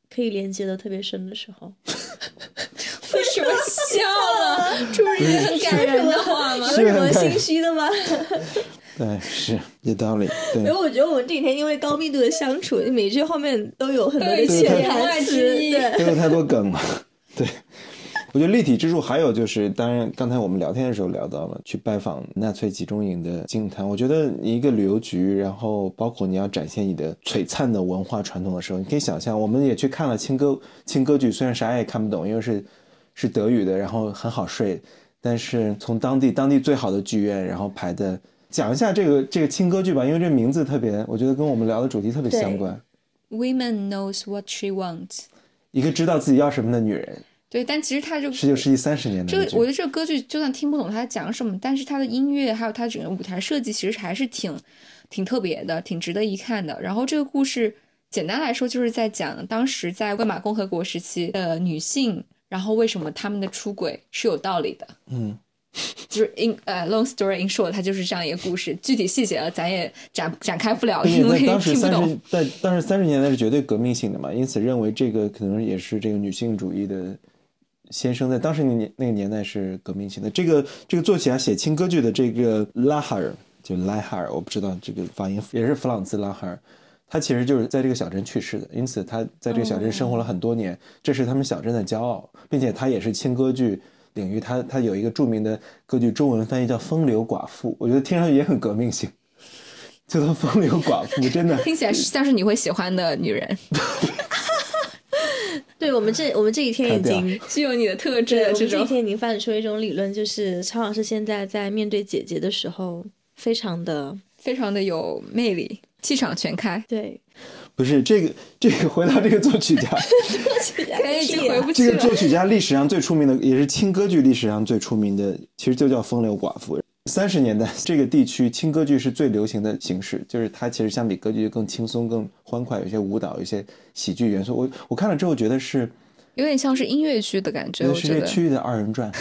可以连接的特别深的时候。 为什么笑了？这不是一件很感人的话吗？ 有什么心虚的吗？ 对，是有道理。对， 因为我觉得我们这几天因为高密度的相处，每句后面都有很多的对潜台词， 对都有太多梗了。对，我觉得立体之处还有就是，当然刚才我们聊天的时候聊到了去拜访纳粹集中营的惊叹。我觉得一个旅游局，然后包括你要展现你的璀璨的文化传统的时候，你可以想象，我们也去看了轻歌剧，虽然啥也看不懂，因为是德语的，然后很好睡，但是从当地最好的剧院，然后排的。讲一下这个轻歌剧吧，因为这名字特别，我觉得跟我们聊的主题特别相关。 Women knows what she wants， 一个知道自己要什么的女人。 对，但其实它就 19世纪30年的我觉得这个歌剧就算听不懂它在讲什么，但是它的音乐还有它整个舞台设计其实还是挺特别的，挺值得一看的。然后这个故事简单来说就是在讲当时在魏玛共和国时期的女性，然后为什么她们的出轨是有道理的。就是long story in short， 它就是这样一个故事。具体细节了，咱也展开不了，因为听不懂。 当时30年代是绝对革命性的嘛，因此认为这个可能也是这个女性主义的先声，在当时那个年代是革命性的。这个作曲家写轻歌剧的这个拉哈尔，就莱哈尔，我不知道这个发音，也是弗朗兹拉哈尔。他其实就是在这个小镇去世的，因此他在这个小镇生活了很多年，这是他们小镇的骄傲，并且他也是轻歌剧领域，他有一个著名的歌剧中文翻译叫风流寡妇，我觉得听上去也很革命性，叫做风流寡妇，真的听起来像是你会喜欢的女人。 对，我们这几天已经具有你的特质的这种。 我们这几天已经发展出一种理论，就是曹老师现在在面对姐姐的时候，非常的有魅力，气场全开。 对， 不是这个回到这个作曲家， 已经回不去了。 这个作曲家历史上最出名的，也是轻歌剧历史上最出名的，其实就叫风流寡妇。30年代这个地区轻歌剧是最流行的形式，就是它其实相比歌剧更轻松、更欢快，有些舞蹈、有些喜剧元素。我看了之后觉得是有点像是音乐剧的感觉， 是这区域的二人转。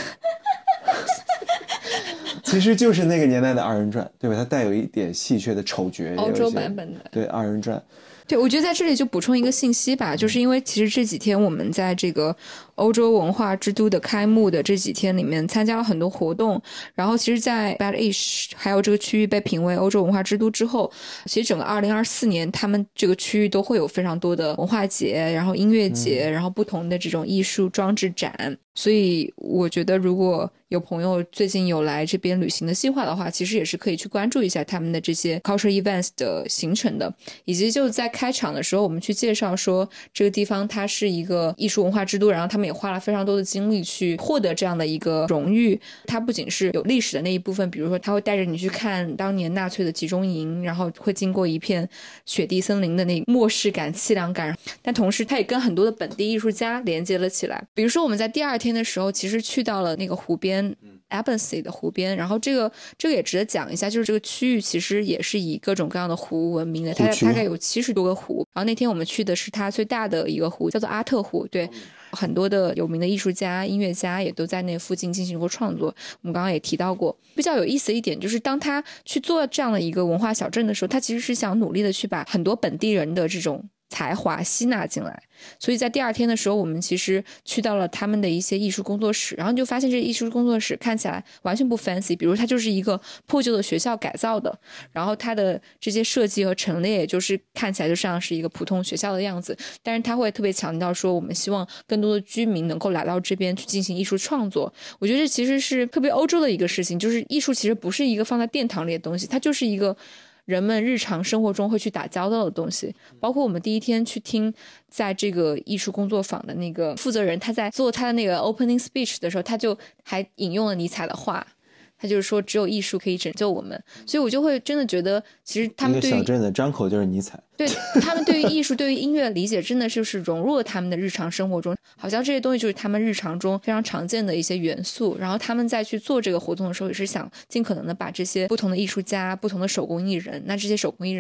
其实就是那个年代的二人转，对吧？它带有一点戏谑的丑角， 欧洲版本的， 对，二人转。 对，我觉得在这里就补充一个信息吧，就是因为其实这几天我们在这个欧洲文化之都的开幕的这几天里面参加了很多活动，然后其实在 Bad Ish 还有这个区域被评为欧洲文化之都之后，其实整个2024年他们这个区域都会有非常多的文化节，然后音乐节，然后不同的这种艺术装置展，所以我觉得如果有朋友最近有来这边旅行的计划的话，其实也是可以去关注一下他们的这些 cultural events 的行程的，以及就在开场的时候我们去介绍说这个地方它是一个艺术文化之都，然后他们也花了非常多的精力去获得这样的一个荣誉。它不仅是有历史的那一部分，比如说他会带着你去看当年纳粹的集中营，然后会经过一片雪地森林的那漠视感、凄凉感，但同时它也跟很多的本地艺术家连接了起来。比如说我们在第二天的时候其实去到了那个湖边Abensee 的湖边，然后这个也值得讲一下，就是这个区域其实也是以各种各样的湖闻名的，它大概有70多个湖，然后那天我们去的是它最大的一个湖，叫做阿特湖。对，很多的有名的艺术家、音乐家也都在那附近进行过创作。我们刚刚也提到过，比较有意思的一点就是当他去做这样的一个文化小镇的时候，他其实是想努力的去把很多本地人的这种才华吸纳进来。所以在第二天的时候我们其实去到了他们的一些艺术工作室，然后你就发现这艺术工作室看起来完全不 fancy， 比如它就是一个破旧的学校改造的，然后它的这些设计和陈列也就是看起来就像是一个普通学校的样子，但是他会特别强调说我们希望更多的居民能够来到这边去进行艺术创作。我觉得这其实是特别欧洲的一个事情，就是艺术其实不是一个放在殿堂里的东西，它就是一个人们日常生活中会去打交道的东西。包括我们第一天去听在这个艺术工作坊的那个负责人，他在做他的那个 opening speech 的时候，他就还引用了尼采的话，他就是说只有艺术可以拯救我们。所以我就会真的觉得其实他们对于一个小镇的张口就是尼采， 对他们对于艺术对于音乐的理解真的就是融入了他们的日常生活中，好像这些东西就是他们日常中非常常见的一些元素，然后他们在去做这个活动的时候也是想尽可能的把这些不同的艺术家、不同的手工艺人，那这些手工艺人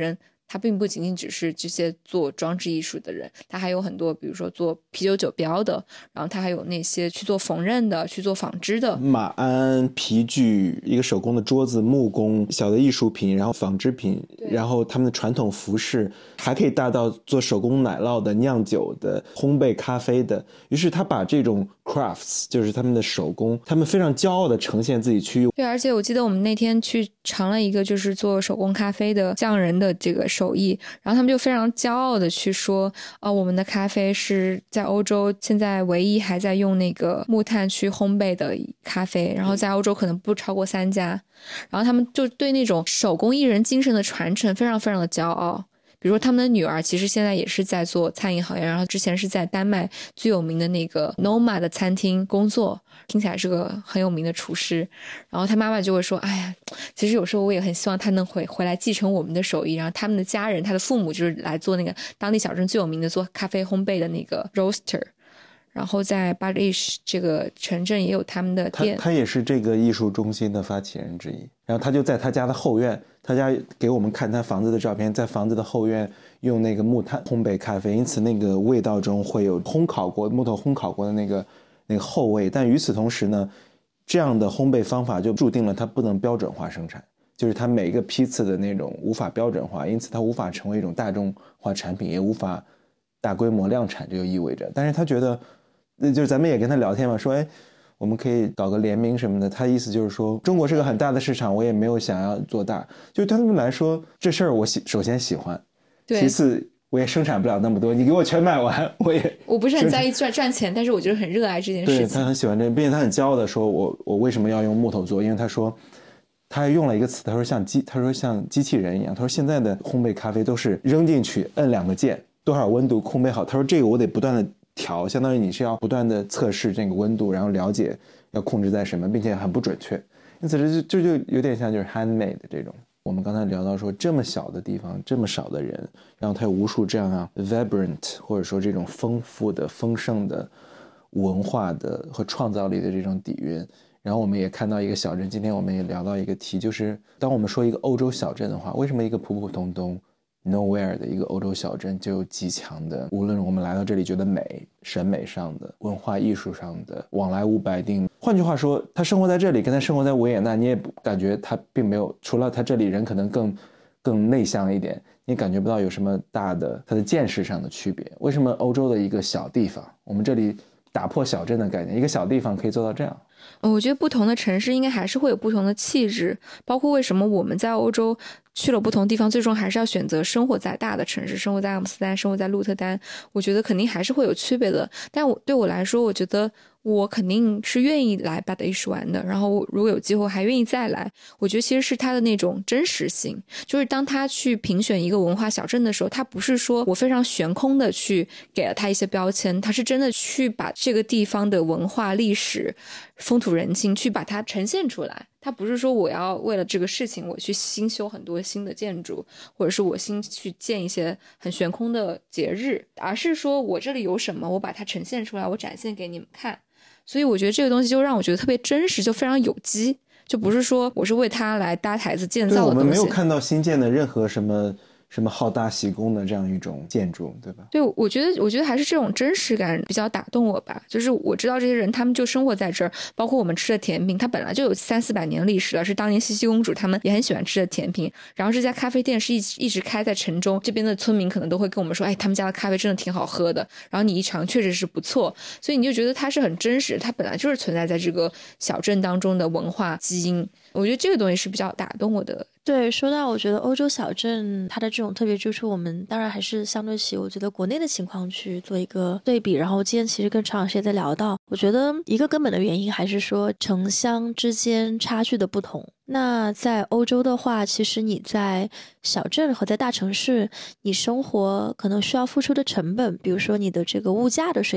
它并不仅仅只是这些做装置艺术的人，它还有很多比如说做啤酒酒标的，然后它还有那些去做缝纫的，去做纺织的， 马鞍、皮具，一个手工的桌子、木工、小的艺术品，然后纺织品，然后他们的传统服饰，还可以大到做手工奶酪的、酿酒的、烘焙咖啡的。于是他把这种 crafts， 就是他们的手工，他们非常骄傲的呈现自己区域。 对，而且我记得我们那天去尝了一个就是做手工咖啡的匠人的这个手艺，然后他们就非常骄傲的去说，我们的咖啡是在欧洲现在唯一还在用那个木炭去烘焙的咖啡，然后在欧洲可能不超过3家，然后他们就对那种手工艺人精神的传承非常非常的骄傲。比如说他们的女儿其实现在也是在做餐饮行业，然后之前是在丹麦最有名的那个 Noma 的餐厅工作，听起来是个很有名的厨师。然后他妈妈就会说，哎呀，其实有时候我也很希望他能回来继承我们的手艺。然后他们的家人，他的父母就是来做那个当地小镇最有名的做咖啡烘焙的那个 roaster， 然后在巴黎这个城镇也有他们的店。 他也是这个艺术中心的发起人之一。然后他就在他家的后院，他家给我们看他房子的照片，在房子的后院用那个木炭烘焙咖啡，因此那个味道中会有木头烘烤过的那个后味。但与此同时呢，这样的烘焙方法就注定了它不能标准化生产，就是它每个批次的那种无法标准化，因此它无法成为一种大众化产品，也无法大规模量产，这就意味着。但是他觉得，就是咱们也跟他聊天嘛，说哎，我们可以搞个联名什么的。他意思就是说，中国是个很大的市场，我也没有想要做大。就是对他们来说，这事儿我首先喜欢，其次我也生产不了那么多，你给我全买完，我不是很在意赚钱，但是我觉得很热爱这件事情。 对，他很喜欢这，并且他很骄傲的说，我为什么要用木头做？因为他说，他还用了一个词，他说像机器人一样。他说现在的烘焙咖啡都是扔进去摁2个键，多少温度烘焙好。他说这个我得不断的调，相当于你是要不断的测试这个温度，然后了解要控制在什么，并且很不准确。因此这就有点像就是 handmade 这种。我们刚才聊到说，这么小的地方，这么少的人，然后它有无数这样vibrant 或者说这种丰富的、丰盛的文化的和创造力的这种底蕴。然后我们也看到一个小镇，今天我们也聊到一个题，就是当我们说一个欧洲小镇的话，为什么一个普普通通 nowhere 的一个欧洲小镇就有极强的，无论我们来到这里觉得美，审美上的、文化艺术上的往来无白丁。换句话说，他生活在这里跟他生活在维也纳，你也感觉他并没有，除了他这里人可能更内向一点，你感觉不到有什么大的他的见识上的区别。为什么欧洲的一个小地方，我们这里打破小镇的概念，一个小地方可以做到这样？ 我觉得不同的城市应该还是会有不同的气质，包括为什么我们在欧洲去了不同地方，最终还是要选择生活在大的城市，生活在阿姆斯特丹，生活在鹿特丹，我觉得肯定还是会有区别的。但对我来说，我觉得我肯定是愿意来 Bad Isch 玩的，然后如果有机会还愿意再来。我觉得其实是他的那种真实性，就是当他去评选一个文化小镇的时候，他不是说我非常悬空的去给了他一些标签，他是真的去把这个地方的文化历史风土人情去把它呈现出来。他不是说我要为了这个事情我去新修很多新的建筑，或者是我新去建一些很悬空的节日，而是说我这里有什么我把它呈现出来，我展现给你们看。所以我觉得这个东西就让我觉得特别真实，就非常有机，就不是说我是为它来搭台子建造的东西。 对，我们没有看到新建的任何什么好大喜功的这样一种建筑，对吧？ 对，我觉得还是这种真实感比较打动我吧。就是我知道这些人他们就生活在这儿，包括我们吃的甜品，它本来就有300-400年历史了，是当年茜茜公主他们也很喜欢吃的甜品。然后这家咖啡店是一直开在城中，这边的村民可能都会跟我们说，哎，他们家的咖啡真的挺好喝的，然后你一尝确实是不错，所以你就觉得它是很真实，它本来就是存在在这个小镇当中的文化基因。我觉得这个东西是比较打动我的。 对，说到我觉得欧洲小镇它的这种特别之处，我们当然还是相对起我觉得国内的情况去做一个对比。然后今天其实跟常老师也在聊到，我觉得一个根本的原因还是说城乡之间差距的不同。那在欧洲的话，其实你在小镇和在大城市，你生活可能需要付出的成本，比如说你的这个物价的水平，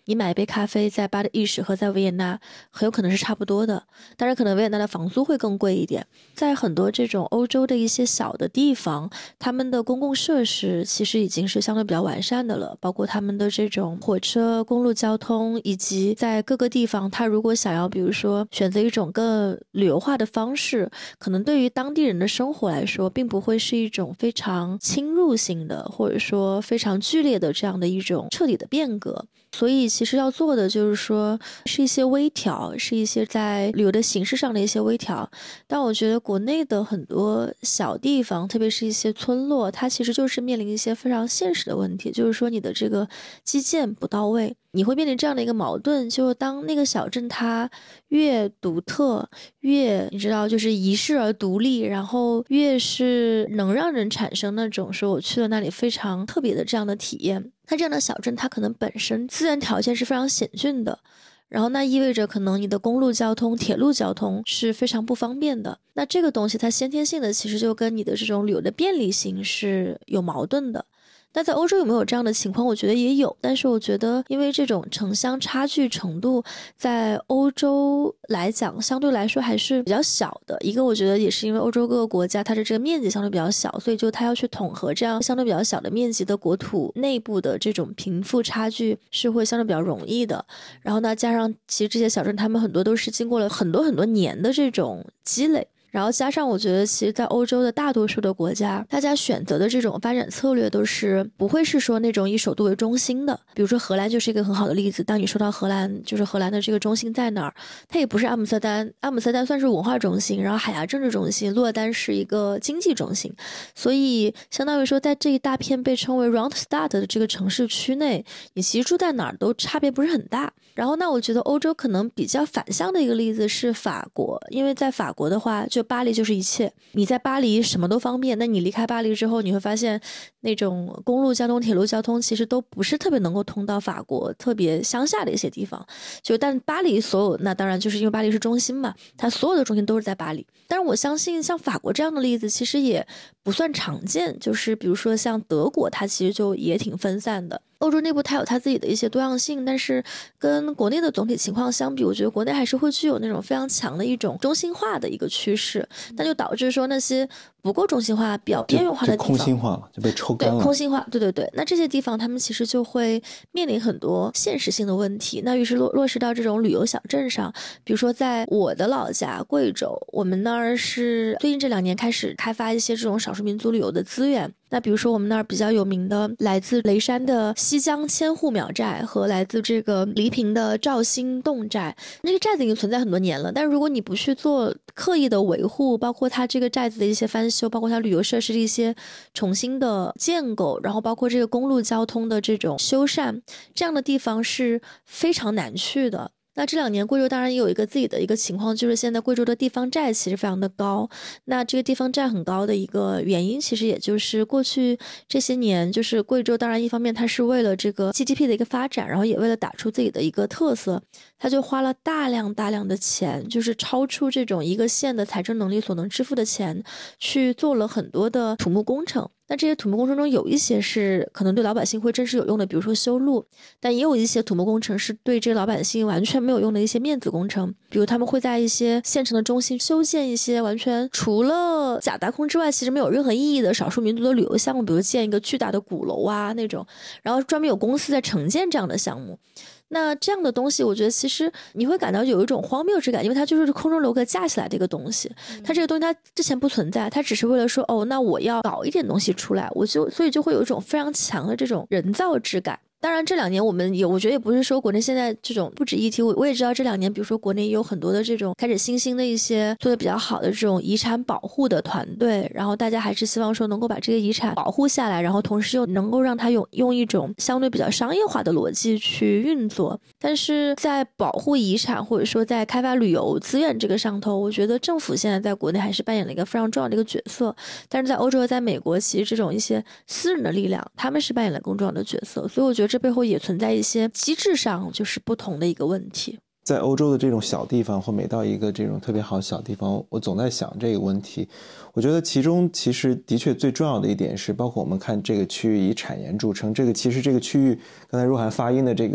你买一杯咖啡在巴黎市和在维也纳很有可能是差不多的，当然可能维也纳的房租会更贵一点。在很多这种欧洲的一些小的地方，他们的公共设施其实已经是相对比较完善的了，包括他们的这种火车、公路交通，以及在各个地方他如果想要比如说选择一种更旅游化的方式，可能对于当地人的生活来说并不会是一种非常侵入性的或者说非常剧烈的这样的一种彻底的变革。所以其实要做的就是说是一些微调，是一些在旅游的形式上的一些微调。但我觉得国内的很多小地方，特别是一些村落，它其实就是面临一些非常现实的问题，就是说你的这个基建不到位，你会面临这样的一个矛盾，就当那个小镇它越独特，越你知道就是遗世而独立，然后越是能让人产生那种说我去了那里非常特别的这样的体验。它这样的小镇它可能本身资源条件是非常险峻的，然后那意味着可能你的公路交通、铁路交通是非常不方便的。那这个东西它先天性的其实就跟你的这种旅游的便利性是有矛盾的。那在欧洲有没有这样的情况？我觉得也有，但是我觉得因为这种城乡差距程度在欧洲来讲相对来说还是比较小的。一个我觉得也是因为欧洲各个国家它的这个面积相对比较小，所以就它要去统合这样相对比较小的面积的国土内部的这种贫富差距是会相对比较容易的。然后呢，加上其实这些小镇他们很多都是经过了很多很多年的这种积累，然后加上我觉得其实在欧洲的大多数的国家，大家选择的这种发展策略都是不会是说那种以首都为中心的。比如说荷兰就是一个很好的例子，当你说到荷兰，就是荷兰的这个中心在哪儿，它也不是阿姆斯特丹，阿姆斯特丹算是文化中心，然后海牙政治中心，洛丹是一个经济中心，所以相当于说在这一大片被称为 Randstad 的这个城市区内，你其实住在哪儿都差别不是很大。然后那我觉得欧洲可能比较反向的一个例子是法国，因为在法国的话就巴黎就是一切，你在巴黎什么都方便，那你离开巴黎之后你会发现那种公路交通、铁路交通其实都不是特别能够通到法国特别乡下的一些地方。但巴黎所有，那当然就是因为巴黎是中心嘛，它所有的中心都是在巴黎。但是我相信像法国这样的例子其实也不算常见，就是比如说像德国它其实就也挺分散的。欧洲内部它有它自己的一些多样性，但是跟国内的总体情况相比，我觉得国内还是会具有那种非常强的一种中心化的一个趋势，那就导致说那些不够中心化、比较边缘化的地方， 空心化了，就被抽干了。 对，空心化，对。那这些地方他们其实就会面临很多现实性的问题。那于是落实到这种旅游小镇上，比如说在我的老家贵州，我们那儿是最近这2年开始开发一些这种少数民族旅游的资源。那比如说我们那儿比较有名的来自雷山的西江千户苗寨和来自这个黎平的肇兴侗寨，那个寨子已经存在很多年了，但是如果你不去做刻意的维护，包括它这个寨子的一些翻修，包括它旅游设施的一些重新的建构，然后包括这个公路交通的这种修缮，这样的地方是非常难去的。那这2年贵州当然也有一个自己的一个情况，就是现在贵州的地方债其实非常的高。那这个地方债很高的一个原因，其实也就是过去这些年，就是贵州当然一方面它是为了这个 GDP 的一个发展，然后也为了打出自己的一个特色，它就花了大量的钱，就是超出这种一个县的财政能力所能支付的钱，去做了很多的土木工程。那这些土木工程中有一些是可能对老百姓会真实有用的，比如说修路，但也有一些土木工程是对这老百姓完全没有用的一些面子工程，比如他们会在一些县城的中心修建一些完全除了假大空之外其实没有任何意义的少数民族的旅游项目，比如建一个巨大的鼓楼啊那种，然后专门有公司在承建这样的项目。那这样的东西我觉得其实你会感到有一种荒谬之感，因为它就是空中楼阁架起来的一个东西，它这个东西它之前不存在，它只是为了说那我要搞一点东西出来，所以就会有一种非常强的这种人造之感。当然这2年我觉得也不是说国内现在这种不止议题，我也知道这2年比如说国内也有很多的这种开始新兴的一些做的比较好的这种遗产保护的团队，然后大家还是希望说能够把这个遗产保护下来，然后同时又能够让它用一种相对比较商业化的逻辑去运作。但是在保护遗产或者说在开发旅游资源这个上头，我觉得政府现在在国内还是扮演了一个非常重要的一个角色，但是在欧洲和在美国其实这种一些私人的力量他们是扮演了更重要的角色，所以我觉得这背后也存在一些机制上就是不同的一个问题。 在欧洲的这种小地方，或每到一个这种特别好的小地方，我总在想这个问题。我觉得其中其实的确最重要的一点是，包括我们看这个区域以产盐著称，其实这个区域刚才若涵发音的这个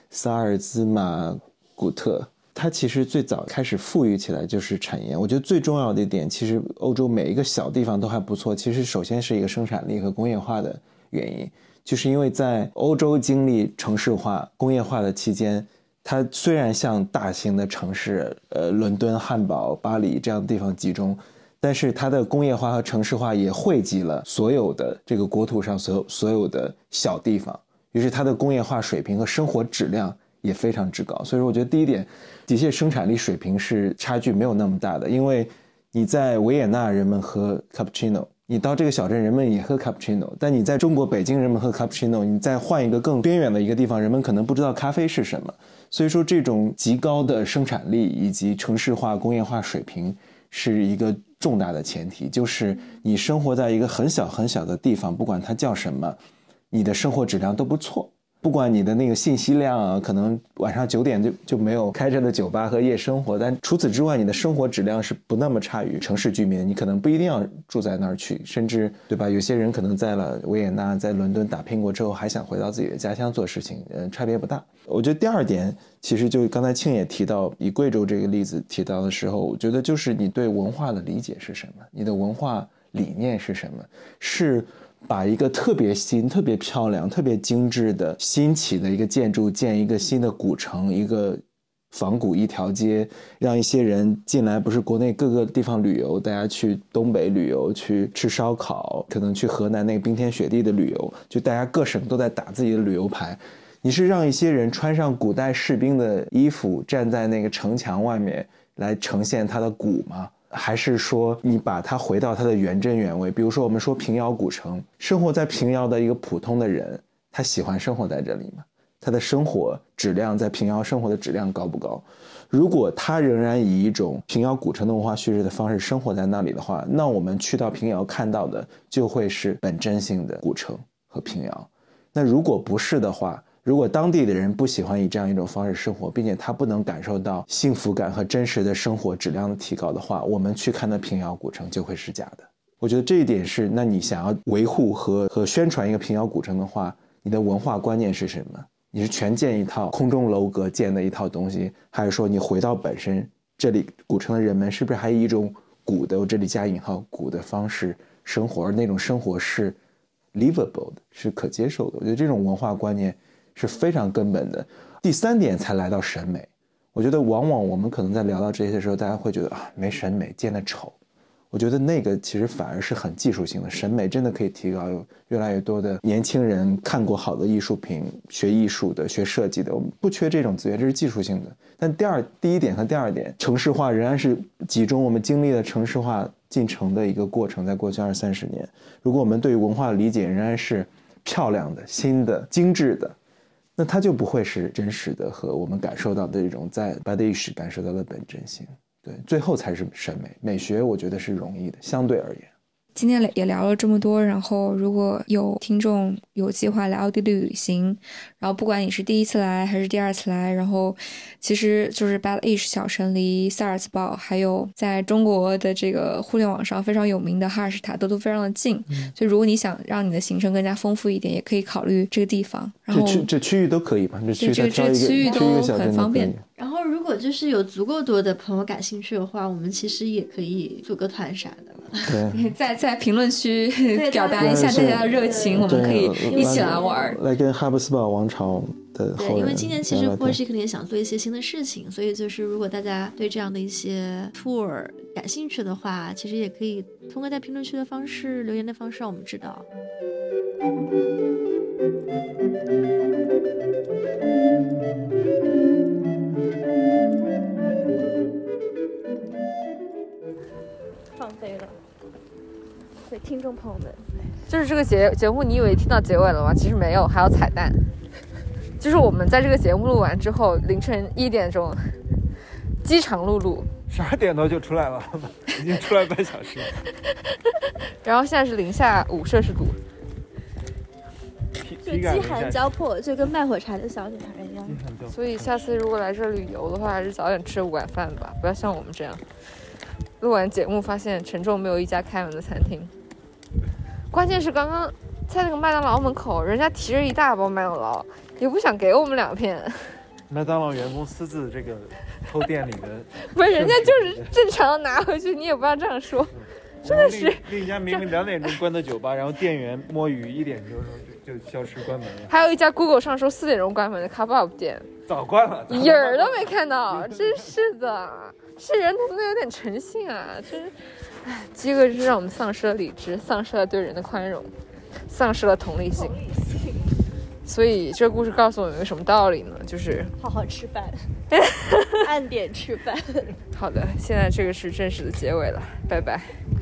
萨尔兹马古特，它其实最早开始富裕起来就是产业。我觉得最重要的一点，其实欧洲每一个小地方都还不错，其实首先是一个生产力和工业化的原因，就是因为在欧洲经历城市化工业化的期间，它虽然像大型的城市伦敦、汉堡、巴黎这样的地方集中，但是它的工业化和城市化也汇集了所有的这个国土上所有的小地方，于是它的工业化水平和生活质量也非常之高。所以说我觉得第一点，的确生产力水平是差距没有那么大的，因为你在维也纳人们喝 cappuccino， 你到这个小镇人们也喝 cappuccino， 但你在中国北京人们喝 cappuccino， 你再换一个更边远的一个地方，人们可能不知道咖啡是什么。所以说这种极高的生产力以及城市化工业化水平是一个重大的前提，就是你生活在一个很小很小的地方，不管它叫什么，你的生活质量都不错。不管你的那个信息量啊，可能晚上9点就没有开着的酒吧和夜生活，但除此之外，你的生活质量是不那么差于城市居民。你可能不一定要住在那儿去，甚至对吧？有些人可能在了维也纳、在伦敦打拼过之后，还想回到自己的家乡做事情，差别不大。我觉得第二点，其实就刚才庆也提到，以贵州这个例子提到的时候，我觉得就是你对文化的理解是什么，你的文化理念是什么，是把一个特别新、特别漂亮、特别精致的新起的一个建筑建一个新的古城，一个仿古一条街，让一些人进来，不是国内各个地方旅游，大家去东北旅游，去吃烧烤，可能去河南那个冰天雪地的旅游，就大家各省都在打自己的旅游牌。你是让一些人穿上古代士兵的衣服，站在那个城墙外面来呈现它的古吗？还是说你把它回到它的原真原味？比如说我们说平遥古城，生活在平遥的一个普通的人，他喜欢生活在这里吗？他的生活质量在平遥生活的质量高不高？如果他仍然以一种平遥古城的文化叙事的方式生活在那里的话，那我们去到平遥看到的就会是本真性的古城和平遥。那如果不是的话，如果当地的人不喜欢以这样一种方式生活，并且他不能感受到幸福感和真实的生活质量的提高的话，我们去看的平遥古城就会是假的。我觉得这一点是，那你想要维护和宣传一个平遥古城的话，你的文化观念是什么？你是全建一套空中楼阁建的一套东西，还是说你回到本身，这里古城的人们是不是还以一种古的，我这里加引号古的方式生活，而那种生活是 livable 的，是可接受的。我觉得这种文化观念是非常根本的。第三点才来到审美，我觉得往往我们可能在聊到这些的时候，大家会觉得啊，没审美，建得丑。我觉得那个其实反而是很技术性的，审美真的可以提高。有越来越多的年轻人看过好的艺术品，学艺术的、学设计的，我们不缺这种资源，这是技术性的。但第一点和第二点，城市化仍然是集中我们经历了城市化进程的一个过程，在过去20-30年，如果我们对于文化的理解仍然是漂亮的、新的、精致的，那它就不会是真实的和我们感受到的这种在巴德意识感受到的本真性。对，最后才是审美。美学我觉得是容易的，相对而言。 今天也聊了这么多，然后如果有听众有计划来奥地利旅行，然后不管你是第一次来还是第二次来，然后其实就是巴德意识小城离萨尔茨堡还有在中国的这个互联网上非常有名的哈尔施塔都非常的近，所以如果你想让你的行程更加丰富一点，也可以考虑这个地方。然后这区域都可以吧？这区域都很方便。 然后如果就是有足够多的朋友感兴趣的话，我们其实也可以组个团啥的。 对， 在评论区表达一下大家的热情，我们可以一起来玩， 来跟哈布斯堡王朝的后人。 对，因为今年其实波士肯定也想做一些新的事情，所以就是如果大家对这样的一些 tour 感兴趣的话，其实也可以通过在评论区的方式、留言的方式让我们知道。 放飞了，对听众朋友们， 就是这个节目，你以为听到结尾了吗？其实没有，还有彩蛋。就是我们在这个节目录完之后，凌晨1点钟，饥肠辘辘 ，12点多就出来了，已经出来半小时了。 然后现在是零下5摄氏度， 就饥寒交迫，就跟卖火柴的小女孩一样。 所以下次如果来这旅游的话，还是早点吃午晚饭吧，不要像我们这样。录完节目发现城中没有一家开门的餐厅，关键是刚刚在那个麦当劳门口，人家提着一大包麦当劳，也不想给我们2片。 麦当劳员工私自这个偷店里的， 不是人家就是正常的拿回去，你也不要这样说，真的是。 另一家明明2点钟关的酒吧，然后店员摸鱼1点钟就消失关门了。 还有一家 Google 上说4点钟关门的 Cup店， 早关了， 影儿都没看到，真是的，这人能不能有点诚信啊？真是，哎，饥饿就是让我们丧失了理智，丧失了对人的宽容，丧失了同理心。所以这个故事告诉我们一个什么道理呢？就是好好吃饭，按点吃饭。 好的，现在这个是正式的结尾了，拜拜。